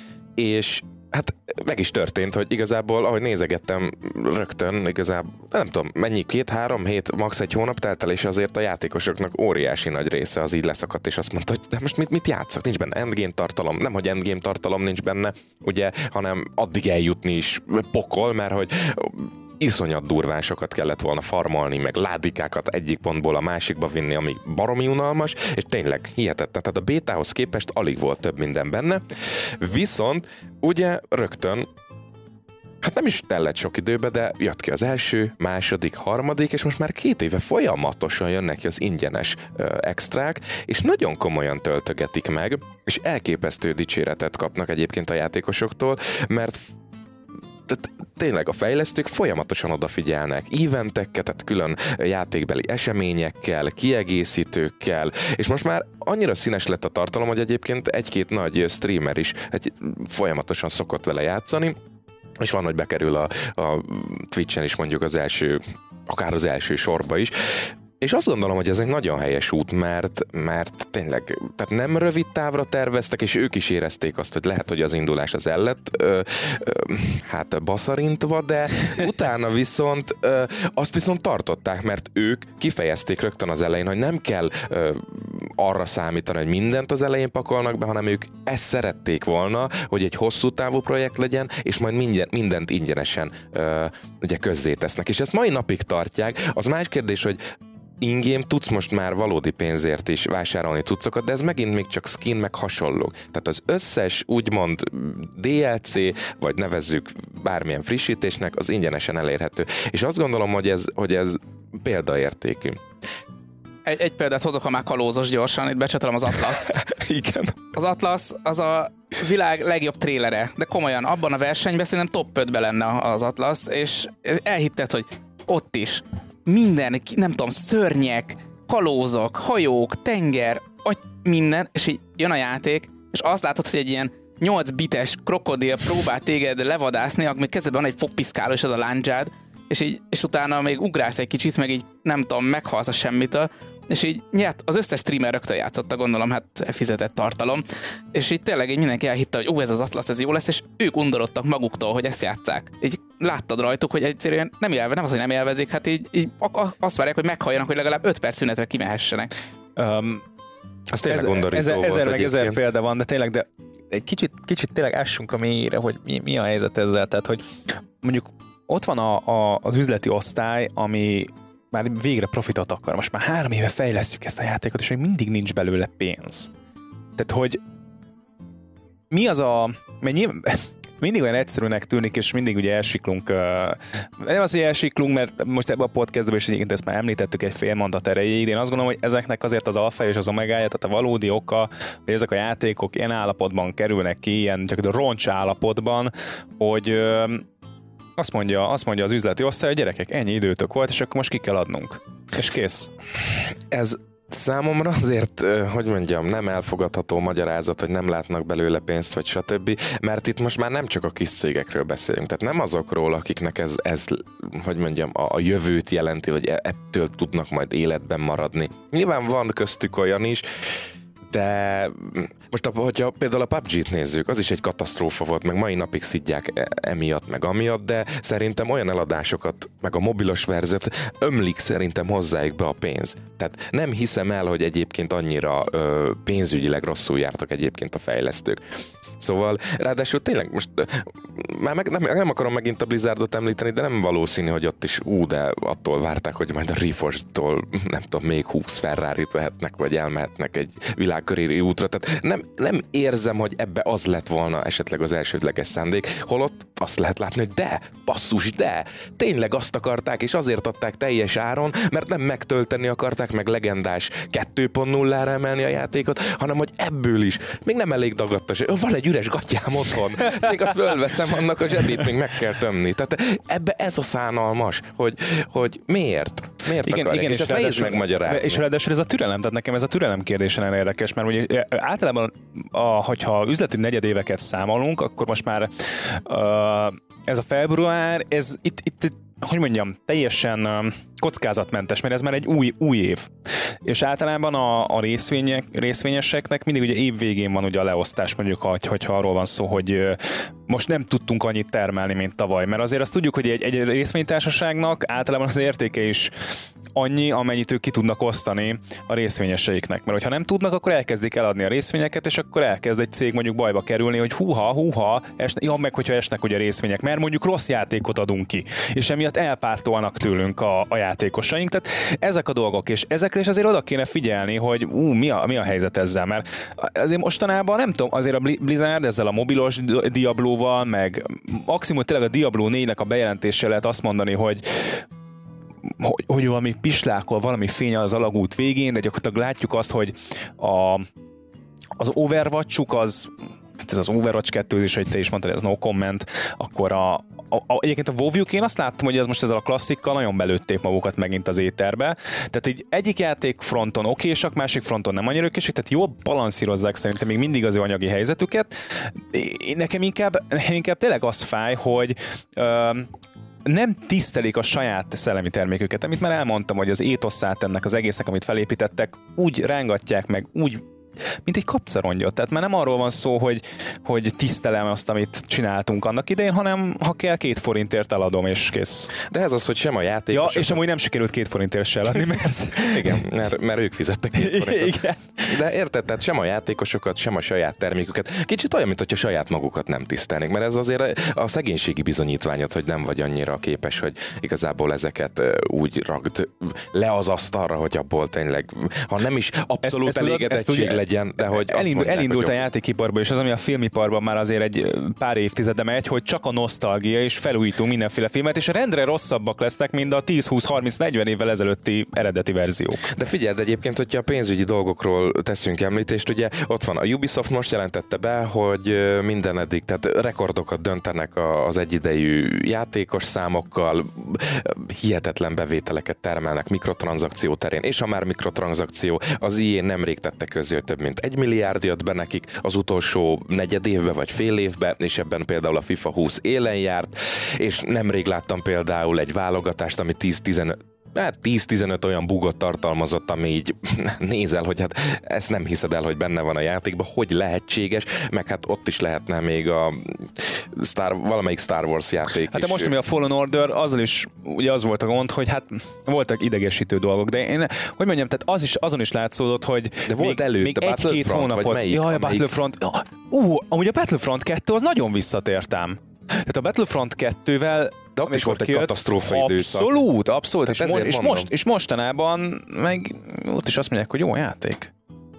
és hát meg is történt, hogy igazából, ahogy nézegettem rögtön, igazából nem tudom, mennyi, két-három hét, max. Egy hónap telt el, és azért a játékosoknak óriási nagy része az így leszakadt, és azt mondta, hogy de most mit, mit játszak? Nincs benne endgame tartalom, nem, hogy endgame tartalom nincs benne, ugye, hanem addig eljutni is pokol, mert hogy iszonyat durván sokat kellett volna farmolni, meg ládikákat egyik pontból a másikba vinni, ami baromi unalmas, és tényleg hihetetlen. Tehát a bétához képest alig volt több minden benne, viszont ugye rögtön, hát nem is tellett sok időbe, de jött ki az első, második, harmadik, és most már két éve folyamatosan jönnek ki az ingyenes ö, extrák, és nagyon komolyan töltögetik meg, és elképesztő dicséretet kapnak egyébként a játékosoktól, mert tényleg a fejlesztők folyamatosan odafigyelnek. Eventekkel, tehát külön játékbeli eseményekkel, kiegészítőkkel, és most már annyira színes lett a tartalom, hogy egyébként egy-két nagy streamer is egy, folyamatosan szokott vele játszani, és van, hogy bekerül a, a Twitchen is mondjuk az első, akár az első sorba is. És azt gondolom, hogy ez egy nagyon helyes út, mert, mert tényleg tehát nem rövid távra terveztek, és ők is érezték azt, hogy lehet, hogy az indulás az el lett ö, ö, hát baszarintva, de utána viszont ö, azt viszont tartották, mert ők kifejezték rögtön az elején, hogy nem kell ö, arra számítani, hogy mindent az elején pakolnak be, hanem ők ezt szerették volna, hogy egy hosszú távú projekt legyen, és majd minden, mindent ingyenesen ö, ugye közzétesznek. És ezt mai napig tartják. Az más kérdés, hogy in-game tudsz most már valódi pénzért is vásárolni cuccokat, de ez megint még csak skin, meg hasonlók. Tehát az összes úgymond dé el cé, vagy nevezzük bármilyen frissítésnek, az ingyenesen elérhető. És azt gondolom, hogy ez, hogy ez példaértékű. Egy, egy példát hozok, ha már kalózos gyorsan, itt becsatolom az Atlaszt. Igen. Az Atlasz az a világ legjobb trélere, de komolyan, abban a versenyben szerintem top ötben lenne az Atlasz, és elhitted, hogy ott is minden, nem tudom, szörnyek, kalózok, hajók, tenger, agy, minden, és így jön a játék, és azt látod, hogy egy ilyen nyolc bites krokodil próbál téged levadászni, akkor még kezdetben van egy fogpiszkáló, és az a láncsád, és, így, és utána még ugrálsz egy kicsit, meg így nem tudom, meghalsz a semmitől, és így nyert, az összes streamer rögtön játszotta, gondolom, hát fizetett tartalom, és így tényleg így mindenki elhitte, hogy ó, ez az Atlasz, ez jó lesz, és ők undorodtak maguktól, hogy ezt játsszák. Így láttad rajtuk, hogy egyszerűen nem élve, nem az, hogy nem élvezik, hát így, így azt várják, hogy meghalljanak, hogy legalább öt perc szünetre kimehessenek. Um, az tényleg ez, undorító ezer, volt ezer meg egyébként. ezer példa van, de tényleg, de egy kicsit, kicsit tényleg ássunk a mélyére, hogy mi, mi a helyzet ezzel, tehát hogy mondjuk ott van a, a, az üzleti osztály, ami már végre profitot akar. Most már három éve fejlesztjük ezt a játékot, és még mindig nincs belőle pénz. Tehát, hogy mi az a... Mert nyilván, mindig olyan egyszerűnek tűnik, és mindig ugye elsiklunk, nem az, hogy elsiklunk, mert most ebben a podcastban is egyébként ezt már említettük egy fél mondat erejéig, én azt gondolom, hogy ezeknek azért az alfa és az omegája, tehát a valódi oka, hogy ezek a játékok ilyen állapotban kerülnek ki, ilyen csak a roncs állapotban, hogy azt mondja, azt mondja az üzleti osztály, hogy gyerekek, ennyi időtök volt, és akkor most ki kell adnunk. És kész. Ez számomra azért, hogy mondjam, nem elfogadható magyarázat, hogy nem látnak belőle pénzt, vagy stb., mert itt most már nem csak a kis cégekről beszélünk, tehát nem azokról, akiknek ez, ez hogy mondjam, a, a jövőt jelenti, hogy ettől tudnak majd életben maradni. Nyilván van köztük olyan is, de most, hogyha például a pé u bé gét nézzük, az is egy katasztrófa volt, meg mai napig szidják emiatt, meg amiatt, de szerintem olyan eladásokat, meg a mobilos verziót ömlik szerintem hozzájuk be a pénz. Tehát nem hiszem el, hogy egyébként annyira ö, pénzügyileg rosszul jártak egyébként a fejlesztők. Szóval, ráadásul tényleg most már meg, nem, nem akarom megint a Blizzardot említeni, de nem valószínű, hogy ott is ú, de attól várták, hogy majd a Reforged-tól nem tudom, még húsz Ferrarit vehetnek, vagy elmehetnek egy világköréri útra. Tehát nem, nem érzem, hogy ebbe az lett volna esetleg az elsődleges szándék, holott azt lehet látni, hogy de, basszus, de, tényleg azt akarták, és azért adták teljes áron, mert nem megtölteni akarták, meg legendás kettő pont nullára emelni a játékot, hanem hogy ebből is még nem elég dagadtas. Van egy üres gatyám otthon, még azt fölveszem, annak a zsebét még meg kell tömni. Tehát ebbe ez a szánalmas, hogy, hogy miért? Miért igen, akarják? igen, és, és ezt nehéz megmagyarázni. És ráadásul ez a türelem, tehát nekem ez a türelem kérdése nagyon érdekes, mert ugye általában, a, hogyha üzleti negyedéveket számolunk, akkor most már uh, ez a február, ez itt, itt, itt hogy mondjam, teljesen uh, kockázatmentes, mert ez már egy új, új év. És általában a, a részvények, részvényeseknek mindig ugye év végén van ugye a leosztás, mondjuk, hogy, hogyha arról van szó, hogy uh, most nem tudtunk annyit termelni, mint tavaly. Mert azért azt tudjuk, hogy egy, egy részvénytársaságnak általában az értéke is annyi, amennyit ők ki tudnak osztani a részvényeseiknek. Mert hogyha nem tudnak, akkor elkezdik eladni a részvényeket, és akkor elkezd egy cég mondjuk bajba kerülni, hogy húha, húha, esne, ja, meg hogyha esnek ugye a részvények, mert mondjuk rossz játékot adunk ki, és emiatt elpártolnak tőlünk a, a játékosaink. Tehát ezek a dolgok, és ezekre is azért oda kéne figyelni, hogy ú, mi a, mi a helyzet ezzel, mert azért mostanában nem tudom, azért a Blizzard ezzel a mobilos Diablóval, meg maximum tényleg a Diablo négynek a bejelentéssel lehet azt mondani, hogy hogy, hogy valami pislákol, valami fény az alagút végén, de gyakorlatilag látjuk azt, hogy a, az Overwatch-uk az ez az Overwatch kettő is, hogy te is mondtad, ez no comment, akkor a, a, a egyébként a WoW-juk én azt láttam, hogy ez most ezzel a klasszikkal nagyon belőtték magukat megint az éterbe. Tehát így egyik játék fronton okésak, másik fronton nem annyira okésak, tehát jól balanszírozzák szerintem még mindig az ő anyagi helyzetüket. Nekem inkább, inkább tényleg az fáj, hogy uh, nem tisztelik a saját szellemi terméküket, amit már elmondtam, hogy az étoszát ennek az egésznek, amit felépítettek, úgy rángatják meg, úgy mint egy kapcarongyot. Tehát már nem arról van szó, hogy, hogy tisztelem azt, amit csináltunk annak idején, hanem ha kell, két forintért eladom, és kész. De ez az, hogy sem a játékosok... Ja, és amúgy nem sikerült két forintért se eladni, mert... Igen, mert, mert ők fizettek két forintot. Igen. De érted, tehát sem a játékosokat, sem a saját terméküket. Kicsit olyan, mint hogyha saját magukat nem tisztelnék, mert ez azért a szegénységi bizonyítványod, hogy nem vagy annyira képes, hogy igazából ezeket úgy ragd le az asztalra, hogy abból tényleg, ha nem is abszolút ezt, ezt elégedettség ezt legyen, de hogy elindul, mondják, elindult hogy a játékiparban, és az, ami a filmiparban már azért egy pár évtizede megy, hogy csak a nosztalgia, és felújítunk mindenféle filmet, és rendre rosszabbak lesznek, mint a tíz, húsz, harminc, negyven évvel ezelőtti eredeti verziók. De figyeld egyébként, hogyha a pénzügyi dolgokról teszünk említést, ugye ott van a Ubisoft most jelentette be, hogy minden eddig, tehát rekordokat döntenek az egyidejű játékos számokkal, hihetetlen bevételeket termelnek mikrotranszakció terén, és ha már mikrotranszakció, az i á nemrég tette közé, több mint egy milliárd jött be nekik az utolsó negyed évbe vagy fél évbe, és ebben például a FIFA húsz élen járt, és nemrég láttam például egy válogatást, ami tíz-tizenöt hát tíz-tizenöt olyan bugot tartalmazott, ami így nézel, hogy hát ezt nem hiszed el, hogy benne van a játékban, hogy lehetséges, meg hát ott is lehetne még a Star, valamelyik Star Wars játék Hát is. de most, ami a Fallen Order, azzal is ugye az volt a gond, hogy hát voltak idegesítő dolgok, de én, hogy mondjam, tehát az is, azon is látszódott, hogy de volt még, előtt még a egy-két hónapot. vagy melyik? Jaj, a Battlefront. Ú, uh, amúgy a Battlefront kettő az nagyon visszatértem. Tehát a Battlefront kettővel de ott is volt egy katasztrófa időszak. Abszolút, abszolút. És, mo- és, mondom. most, és mostanában meg ott is azt mondják, hogy jó játék.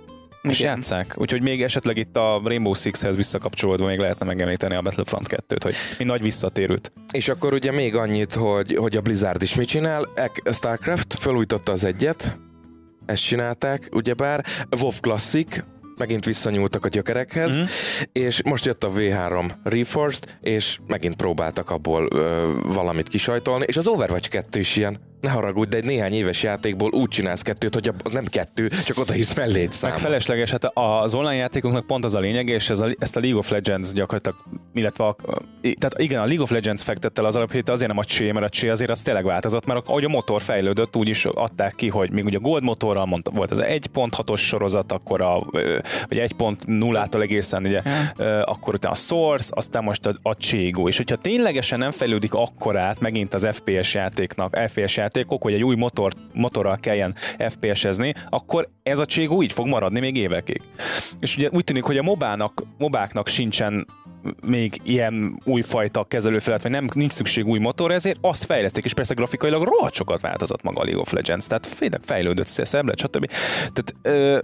És játsszák. Úgyhogy még esetleg itt a Rainbow Sixhez visszakapcsolódva még lehetne megemlíteni a Battlefront kettőt, hogy mi nagy visszatérőt. És akkor ugye még annyit, hogy, hogy a Blizzard is mit csinál. Starcraft felújította az egyet, ezt csinálták, ugyebár. WoW Classic, megint visszanyúltak a gyökerekhez, mm-hmm. és most jött a vé három Reforged, és megint próbáltak abból ö, valamit kisajtolni, és az Overwatch kettő is ilyen. Ne haragudj, de egy néhány éves játékból úgy csinálsz kettőt, hogy az nem kettő, csak oda hisz mellé egy számot. Meg felesleges, hát az online játékoknak pont az a lényege, és ez a, ezt a League of Legends gyakorlatilag, illetve a, tehát igen, a League of Legends fektette el az alapjét, azért nem a csé, mert a csé azért az tényleg változott, mert ahogy a motor fejlődött, úgy is adták ki, hogy még ugye a Gold motorral mondta, volt ez egy pont hatos sorozat, akkor a, vagy egy pont nullától egészen, ugye, akkor utána a Source, aztán most a, a Cségó. És hogyha ténylegesen nem fejlődik akkorát megint az ef pé es játéknak, ef pé es játékok, hogy egy új motor, motorral kelljen ef pé es-ezni, akkor ez a Cségó így fog maradni még évekig. És ugye úgy tűnik, hogy a mobának, mobáknak sincsen még ilyen újfajta kezelőfelet, vagy nem, nincs szükség új motor, ezért azt fejleszték, és persze grafikailag rohadt sokat változott maga a League of Legends, tehát fejlődött, szebb lett, stb. Tehát ö,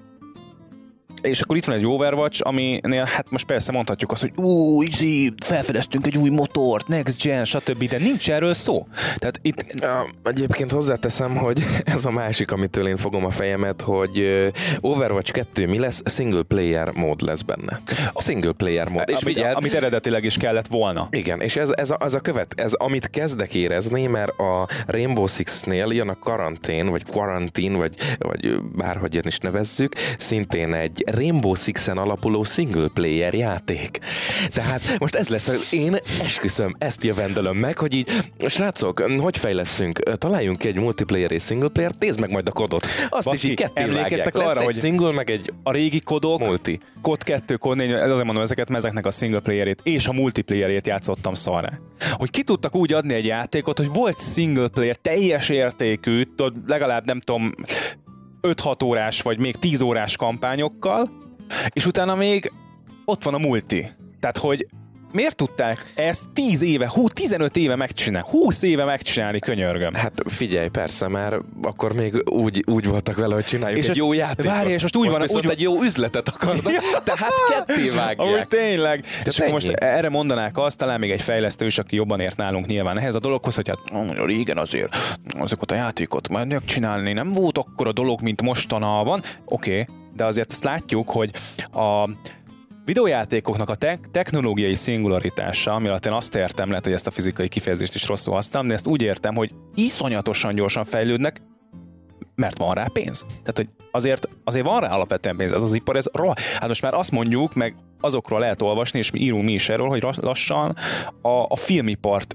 és akkor itt van egy Overwatch, aminél hát most persze mondhatjuk azt, hogy új, felfedeztünk egy új motort, next gen, stb., de nincs erről szó. Tehát itt... Ja, egyébként hozzáteszem, hogy ez a másik, amitől én fogom a fejemet, hogy Overwatch kettő mi lesz? Single player mód lesz benne. A single player mód. És amit, figyeld, amit eredetileg is kellett volna. Igen, és ez, ez, a, ez a követ, ez amit kezdek érezni, mert a Rainbow Six-nél jön a karantén, vagy quarantine, vagy, vagy bárhogyan is nevezzük, szintén egy Rainbow Six-en alapuló single player játék. Tehát most ez lesz, én esküszöm, ezt jövendölöm meg, hogy így, srácok, hogy fejleszünk? Találjunk egy multiplayer és single player, nézd meg majd a kodot. Azt Baszki, is így ketté emlékeztek vágják. arra, Lesz hogy egy single, meg egy a régi kodok, multi. kod kettő, kod négy, azért mondom ezeket, mert ezeknek a single playerét és a multiplayerét játszottam szarrá. Hogy ki tudtak úgy adni egy játékot, hogy volt single player, teljes értékű, legalább nem tudom, öt-hat órás, vagy még tíz órás kampányokkal, és utána még ott van a multi. Tehát, hogy miért tudták ezt tíz éve, hú, tizenöt éve megcsinálni, húsz éve megcsinálni, könyörgöm? Hát figyelj, persze, mert akkor még úgy, úgy voltak vele, hogy csináljuk és egy jó játékot. Várj, és most úgy most van, viszont úgy egy jó üzletet akarnak, tehát ketté vágják. Ahogy tényleg. De és ennyi. akkor most erre mondanák azt, talán még egy fejlesztő is, aki jobban ért nálunk nyilván ehhez a dologhoz, hogy hát régen azért azokat a játékot már megcsinálni nem volt akkora dolog, mint mostanában. Oké, okay, de azért azt látjuk, hogy a videójátékoknak a te- technológiai szingularitása, ami alatt én azt értem, lehet, hogy ezt a fizikai kifejezést is rosszul használom, de ezt úgy értem, hogy iszonyatosan gyorsan fejlődnek, mert van rá pénz. Tehát, hogy azért, azért van rá alapvetően pénz. Ez az ipar, ez roh... Hát most már azt mondjuk, meg azokról lehet olvasni, és mi írunk mi is erről, hogy lassan a, a filmipart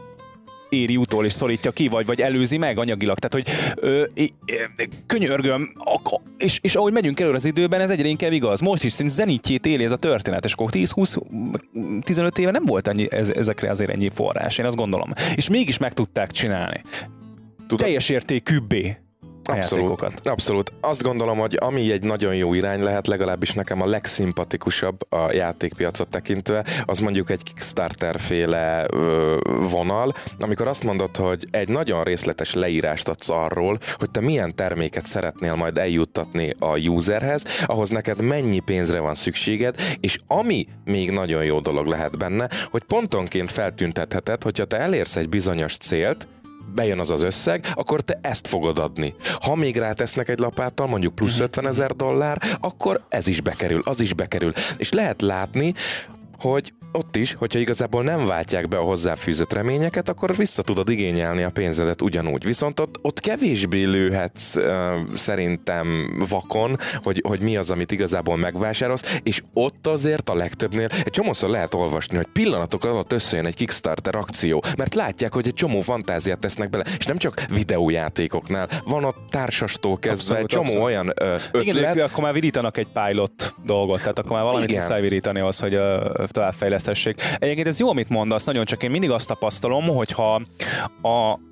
éri utól és szorítja ki, vagy, vagy előzi meg anyagilag. Tehát, hogy ö, ö, könyörgöm, és, és ahogy megyünk előre az időben, ez egyre inkább igaz. Most is zenitjét éli ez a történet, és akkor tíz-húsz-tizenöt éve nem volt ennyi, ez, ezekre azért ennyi forrás, én azt gondolom. És mégis meg tudták csinálni. Tudod? Teljes értékűbbé. Abszolút, abszolút. Azt gondolom, hogy ami egy nagyon jó irány lehet, legalábbis nekem a legszimpatikusabb a játékpiacot tekintve, az mondjuk egy Kickstarter-féle ö, vonal, amikor azt mondod, hogy egy nagyon részletes leírást adsz arról, hogy te milyen terméket szeretnél majd eljuttatni a userhez, ahhoz neked mennyi pénzre van szükséged, és ami még nagyon jó dolog lehet benne, hogy pontonként feltüntetheted, hogyha te elérsz egy bizonyos célt, bejön az az összeg, akkor te ezt fogod adni. Ha még rátesznek egy lapáttal, mondjuk plusz ötvenezer dollár, akkor ez is bekerül, az is bekerül. És lehet látni, hogy ott is, hogyha igazából nem váltják be a hozzáfűzött reményeket, akkor vissza tudod igényelni a pénzedet ugyanúgy. Viszont ott, ott kevésbé lőhetsz uh, szerintem vakon, hogy, hogy mi az, amit igazából megvásárolsz, és ott azért a legtöbbnél egy csomószor lehet olvasni, hogy pillanatok alatt összejön egy Kickstarter akció, mert látják, hogy egy csomó fantáziát tesznek bele, és nem csak videójátékoknál, van a társastól kezdve abszolút, egy csomó abszolút. Olyan uh, ötlet. Igen, akkor már virítanak egy pilot dolgot, tehát akkor már valamit muszáj virítani az, hogy uh, továbbfejlesztessék. Egyébként ez jó, amit mondasz, nagyon, csak én mindig azt tapasztalom, hogyha a,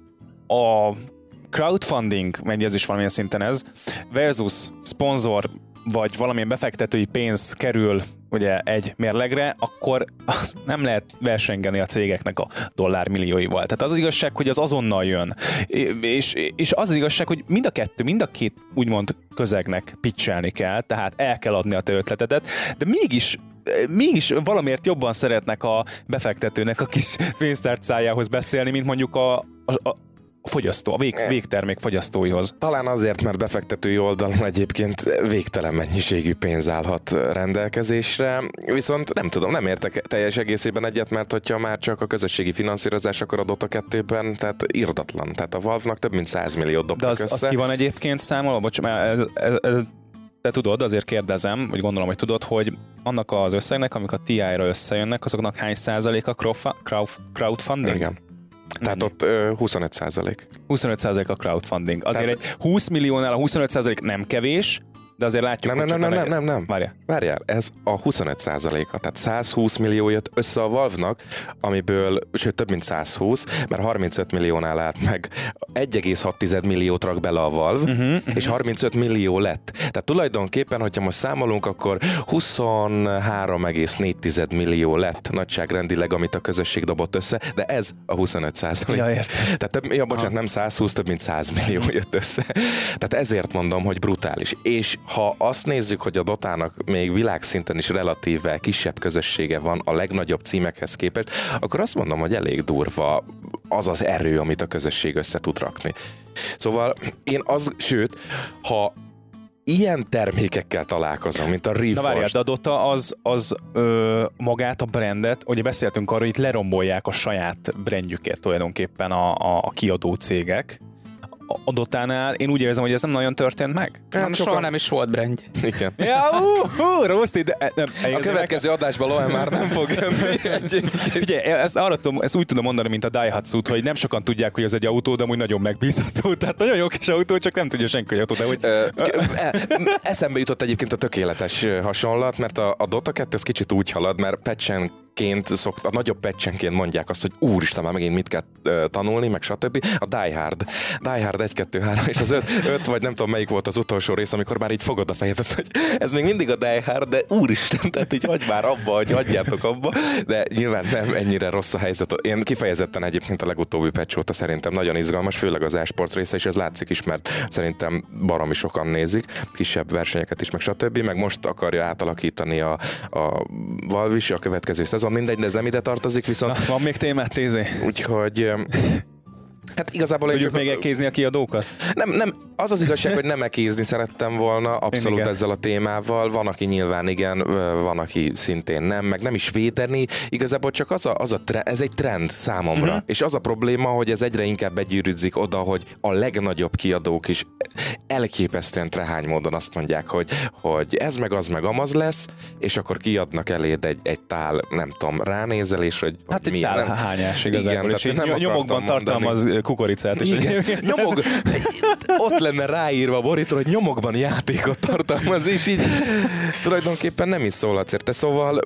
a crowdfunding, meg ez is valamilyen szinten ez, versus szponzor vagy valamilyen befektetői pénz kerül ugye egy mérlegre, akkor az nem lehet versengeni a cégeknek a dollármillióival. Tehát az, az igazság, hogy az azonnal jön. És, és az az igazság, hogy mind a kettő, mind a két úgymond közegnek pitchelni kell, tehát el kell adni a te ötletedet, de mégis mégis valamiért jobban szeretnek a befektetőnek a kis pénztárcájához beszélni, mint mondjuk a, a, a fogyasztó, a vég, végtermék fogyasztóihoz. Talán azért, mert befektetői oldalon egyébként végtelen mennyiségű pénz állhat rendelkezésre, viszont nem tudom, nem értek teljes egészében egyet, mert hogyha már csak a közösségi finanszírozás akar adott a kettőben, tehát irdatlan. Tehát a Valve-nak több mint száz milliót dobtak össze. De az, az ki van egyébként számolva? Bocs, ez, ez, ez, te tudod, azért kérdezem, vagy gondolom, hogy tudod, hogy annak az összegnek, amik a té i-ra összejönnek, azoknak hány százalék a crowdfunding? Igen. Tehát ott ö, huszonöt százalék. huszonöt százalék a crowdfunding. Azért Tehát... egy húsz milliónál a huszonöt százalék nem kevés, de azért látjuk, nem, hogy nem, csak nem, nem, nem, nem. Várjál. Várjál, ez a huszonöt százaléka, tehát százhúsz millió jött össze a Valve-nak, amiből, sőt több mint százhúsz, mert harmincöt milliónál állt meg. egy egész hat milliót rak bele a Valve, uh-huh, uh-huh. és harmincöt millió lett. Tehát tulajdonképpen, hogyha most számolunk, akkor huszonhárom egész négy millió lett nagyságrendileg, amit a közösség dobott össze, de ez a huszonöt százalék. Ja, értem. Tehát több, ja, bocsánat, nem százhúsz, több mint száz millió jött össze. Tehát ezért mondom, hogy brutális. És ha azt nézzük, hogy a Dotának még világszinten is relatíve kisebb közössége van a legnagyobb címekhez képest, akkor azt mondom, hogy elég durva az az erő, amit a közösség össze tud rakni. Szóval én az, sőt, ha ilyen termékekkel találkozom, mint a Reforged. Na várjál, de a Dota az, az ö, magát a brandet, ugye beszéltünk arról, hogy itt lerombolják a saját brandjüket tulajdonképpen a, a, a kiadó cégek. A Dotánál én úgy érzem, hogy ez nem nagyon történt meg. Hát sokan... soha nem is volt brandje. Igen. Ja, uh, uh, Rosti, de... Nem, a következő meg... adásban Lohan már nem fog jönni. Figyelj, ezt, arra tudom, ezt úgy tudom mondani, mint a Daihatsu-t, hogy nem sokan tudják, hogy ez egy autó, de amúgy nagyon megbízható. Tehát nagyon jó kis autó, csak nem tudja senki, hogy autó. De hogy... Eszembe jutott egyébként a tökéletes hasonlat, mert a, a Dota kettő az kicsit úgy halad, mert patchen Szokta, a nagyobb patchenként mondják azt, hogy úristen, már megint mit kell uh, tanulni, meg stb. A Die Hard. Die Hard egy, kettő, három, és az öt, vagy nem tudom melyik volt az utolsó rész, amikor már így fogod a fejedet, hogy ez még mindig a Die Hard, de úristen, tehát így hagyj már abba, hogy hagyjátok abba, de nyilván nem ennyire rossz a helyzet. Én kifejezetten egyébként a legutóbbi patch óta szerintem nagyon izgalmas, főleg az e-sport része, és ez látszik is, mert szerintem baromi sokan nézik, kisebb versenyeket is, meg stb. Meg most akarja átalakítani a, a Valve is a következő szezon, mindegy, de ez nem ide tartozik, viszont... Na, van még témát, tézé. Úgyhogy Hát igazából tudjuk csak... még ekézni a kiadókat? Nem, nem, az az igazság, hogy nem ekézni szerettem volna abszolút igen. ezzel a témával. Van, aki nyilván igen, van, aki szintén nem, meg nem is védeni. Igazából csak az a, az a trend, ez egy trend számomra. Uh-huh. És az a probléma, hogy ez egyre inkább begyűrűdzik oda, hogy a legnagyobb kiadók is elképesztően trehány módon azt mondják, hogy, hogy ez meg az meg amaz lesz, és akkor kiadnak eléd egy, egy tál, nem tudom, ránézelés, hogy hát milyen. Hát egy tál hányás igazából, és nem nyomokban tartalmaz kukoricát. És igen, nyomok, ott lenne ráírva a borítól, hogy nyomokban játékot tartalmaz, és így tulajdonképpen nem is szólhatsz érte, szóval...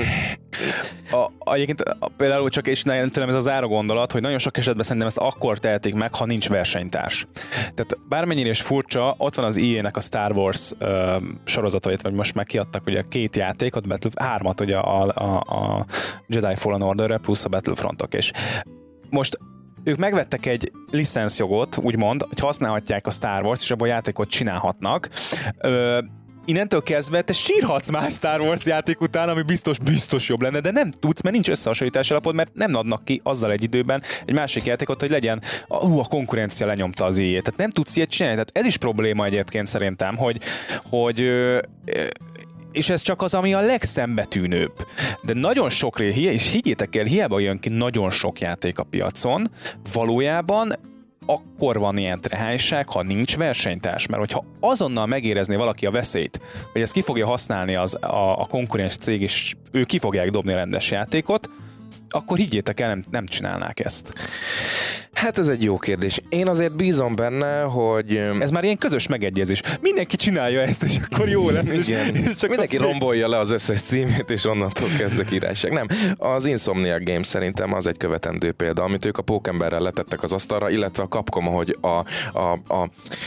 A, egyébként például csak, és tőlem ez az ára gondolat, hogy nagyon sok esetben szerintem ezt akkor tehetik meg, ha nincs versenytárs. Tehát bármennyire is furcsa, ott van az í á-nek a Star Wars uh, sorozatait, vagy most már kiadtak ugye két játékot, Battle, hármat ugye a, a, a Jedi Fallen Orderre, plusz a Battlefrontok, és most ők megvettek egy licenszjogot, úgymond, hogy használhatják a Star Wars, és abban játékot csinálhatnak. Ö, innentől kezdve te sírhatsz más Star Wars játék után, ami biztos, biztos jobb lenne, de nem tudsz, mert nincs összehasonlítási alapod, mert nem adnak ki azzal egy időben egy másik játékot, hogy legyen, a, a konkurencia lenyomta az í á. Tehát nem tudsz ilyet csinálni. Tehát ez is probléma egyébként szerintem, hogy, hogy ö, ö, és ez csak az, ami a legszembetűnőbb. De nagyon sok, és higgyétek el, hiába jön ki nagyon sok játék a piacon, valójában akkor van ilyen trehányság, ha nincs versenytárs. Mert hogyha azonnal megérezné valaki a veszélyt, hogy ezt ki fogja használni az, a, a konkurens cég, és ő ki fogják dobni a rendes játékot, akkor higgyétek el, nem, nem csinálnák ezt. Hát ez egy jó kérdés. Én azért bízom benne, hogy... Ez már ilyen közös megegyezés. Mindenki csinálja ezt, és akkor jó lesz. Igen. És csak mindenki azt... rombolja le az összes címét, és onnantól kezdve királyság. Nem, az Insomniac Games szerintem az egy követendő példa, amit ők a Pókemberrel letettek az asztalra, illetve a Capcom, ahogy a... a, a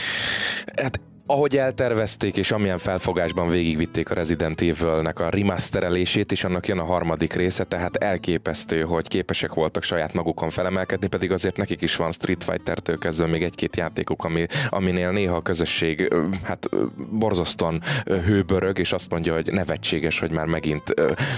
hát ahogy eltervezték, és amilyen felfogásban végigvitték a Resident Evil-nek a remasterelését, és annak jön a harmadik része, tehát elképesztő, hogy képesek voltak saját magukon felemelkedni, pedig azért nekik is van Street Fighter-től kezdve még egy-két játékuk, ami, aminél néha a közösség hát borzasztóan hőbörög, és azt mondja, hogy nevetséges, hogy már megint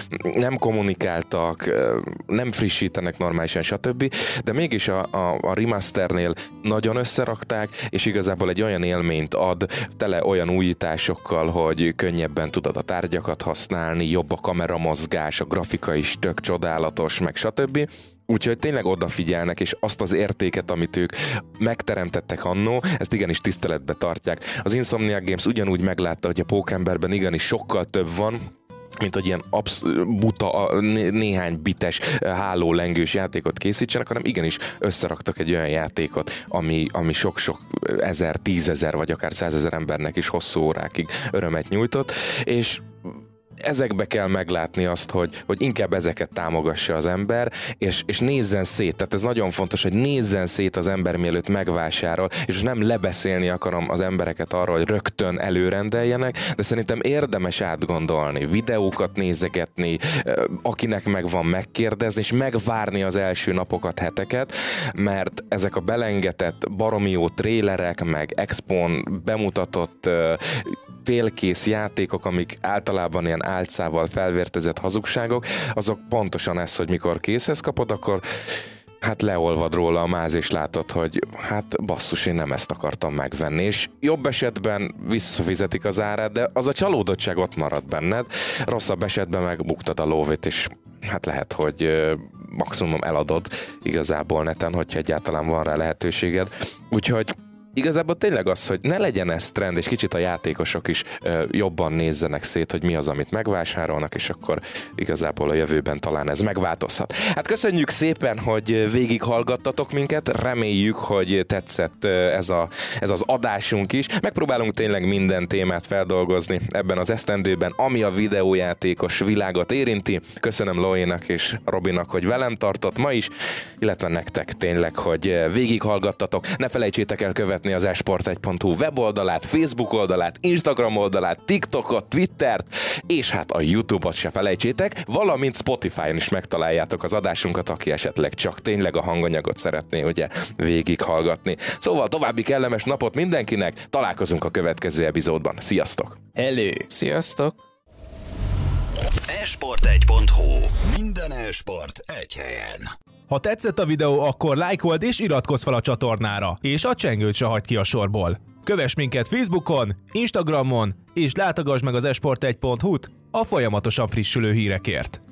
nem kommunikáltak, nem frissítenek normálisan, stb. De mégis a, a, a remasternél nagyon összerakták, és igazából egy olyan élményt ad, tele olyan újításokkal, hogy könnyebben tudod a tárgyakat használni, jobb a kameramozgás, a grafika is tök csodálatos, meg stb. Úgyhogy tényleg odafigyelnek, és azt az értéket, amit ők megteremtettek annó, ezt igenis tiszteletbe tartják. Az Insomniac Games ugyanúgy meglátta, hogy a Pókemberben igenis sokkal több van, mint hogy ilyen absz- buta, né- néhány bites hálólengős játékot készítsenek, hanem igenis összeraktak egy olyan játékot, ami, ami sok-sok ezer, tízezer vagy akár százezer embernek is hosszú órákig örömet nyújtott, és ezekbe kell meglátni azt, hogy, hogy inkább ezeket támogassa az ember, és, és nézzen szét. Tehát ez nagyon fontos, hogy nézzen szét az ember, mielőtt megvásárol, és most nem lebeszélni akarom az embereket arról, hogy rögtön előrendeljenek, de szerintem érdemes átgondolni, videókat nézegetni, akinek megvan, megkérdezni, és megvárni az első napokat, heteket, mert ezek a belengetett baromi jó trélerek, meg expón bemutatott félkész játékok, amik általában ilyen álcával felvértezett hazugságok, azok pontosan ez, hogy mikor készhez kapod, akkor hát leolvad róla a máz, és látod, hogy hát basszus, én nem ezt akartam megvenni, és jobb esetben visszafizetik az árát, de az a csalódottság ott marad benned, rosszabb esetben megbuktad a lóvét, és hát lehet, hogy maximum eladod igazából neten, hogyha egyáltalán van rá lehetőséged. Úgyhogy igazából tényleg az, hogy ne legyen ez trend, és kicsit a játékosok is ö, jobban nézzenek szét, hogy mi az, amit megvásárolnak, és akkor igazából a jövőben talán ez megváltozhat. Hát köszönjük szépen, hogy végighallgattatok minket, reméljük, hogy tetszett ez, a, ez az adásunk is. Megpróbálunk tényleg minden témát feldolgozni ebben az esztendőben, ami a videójátékos világot érinti. Köszönöm Loénak és Robinak, hogy velem tartott ma is, illetve nektek tényleg, hogy végighallgattatok. Ne felejtsétek el követni az e sport egy pont hu weboldalát, Facebook oldalát, Instagram oldalát, TikTokot, Twittert, és hát a YouTube-ot se felejtsétek, valamint Spotify-on is megtaláljátok az adásunkat, aki esetleg csak tényleg a hanganyagot szeretné ugye végighallgatni. Szóval további kellemes napot mindenkinek, találkozunk a következő epizódban. Sziasztok! Hello! Sziasztok! e sport egy pont hu. Minden e-sport egy helyen. Ha tetszett a videó, akkor lájkold és iratkozz fel a csatornára, és a csengőt se hagyd ki a sorból. Kövess minket Facebookon, Instagramon, és látogass meg az esport egy pont hu-t a folyamatosan frissülő hírekért.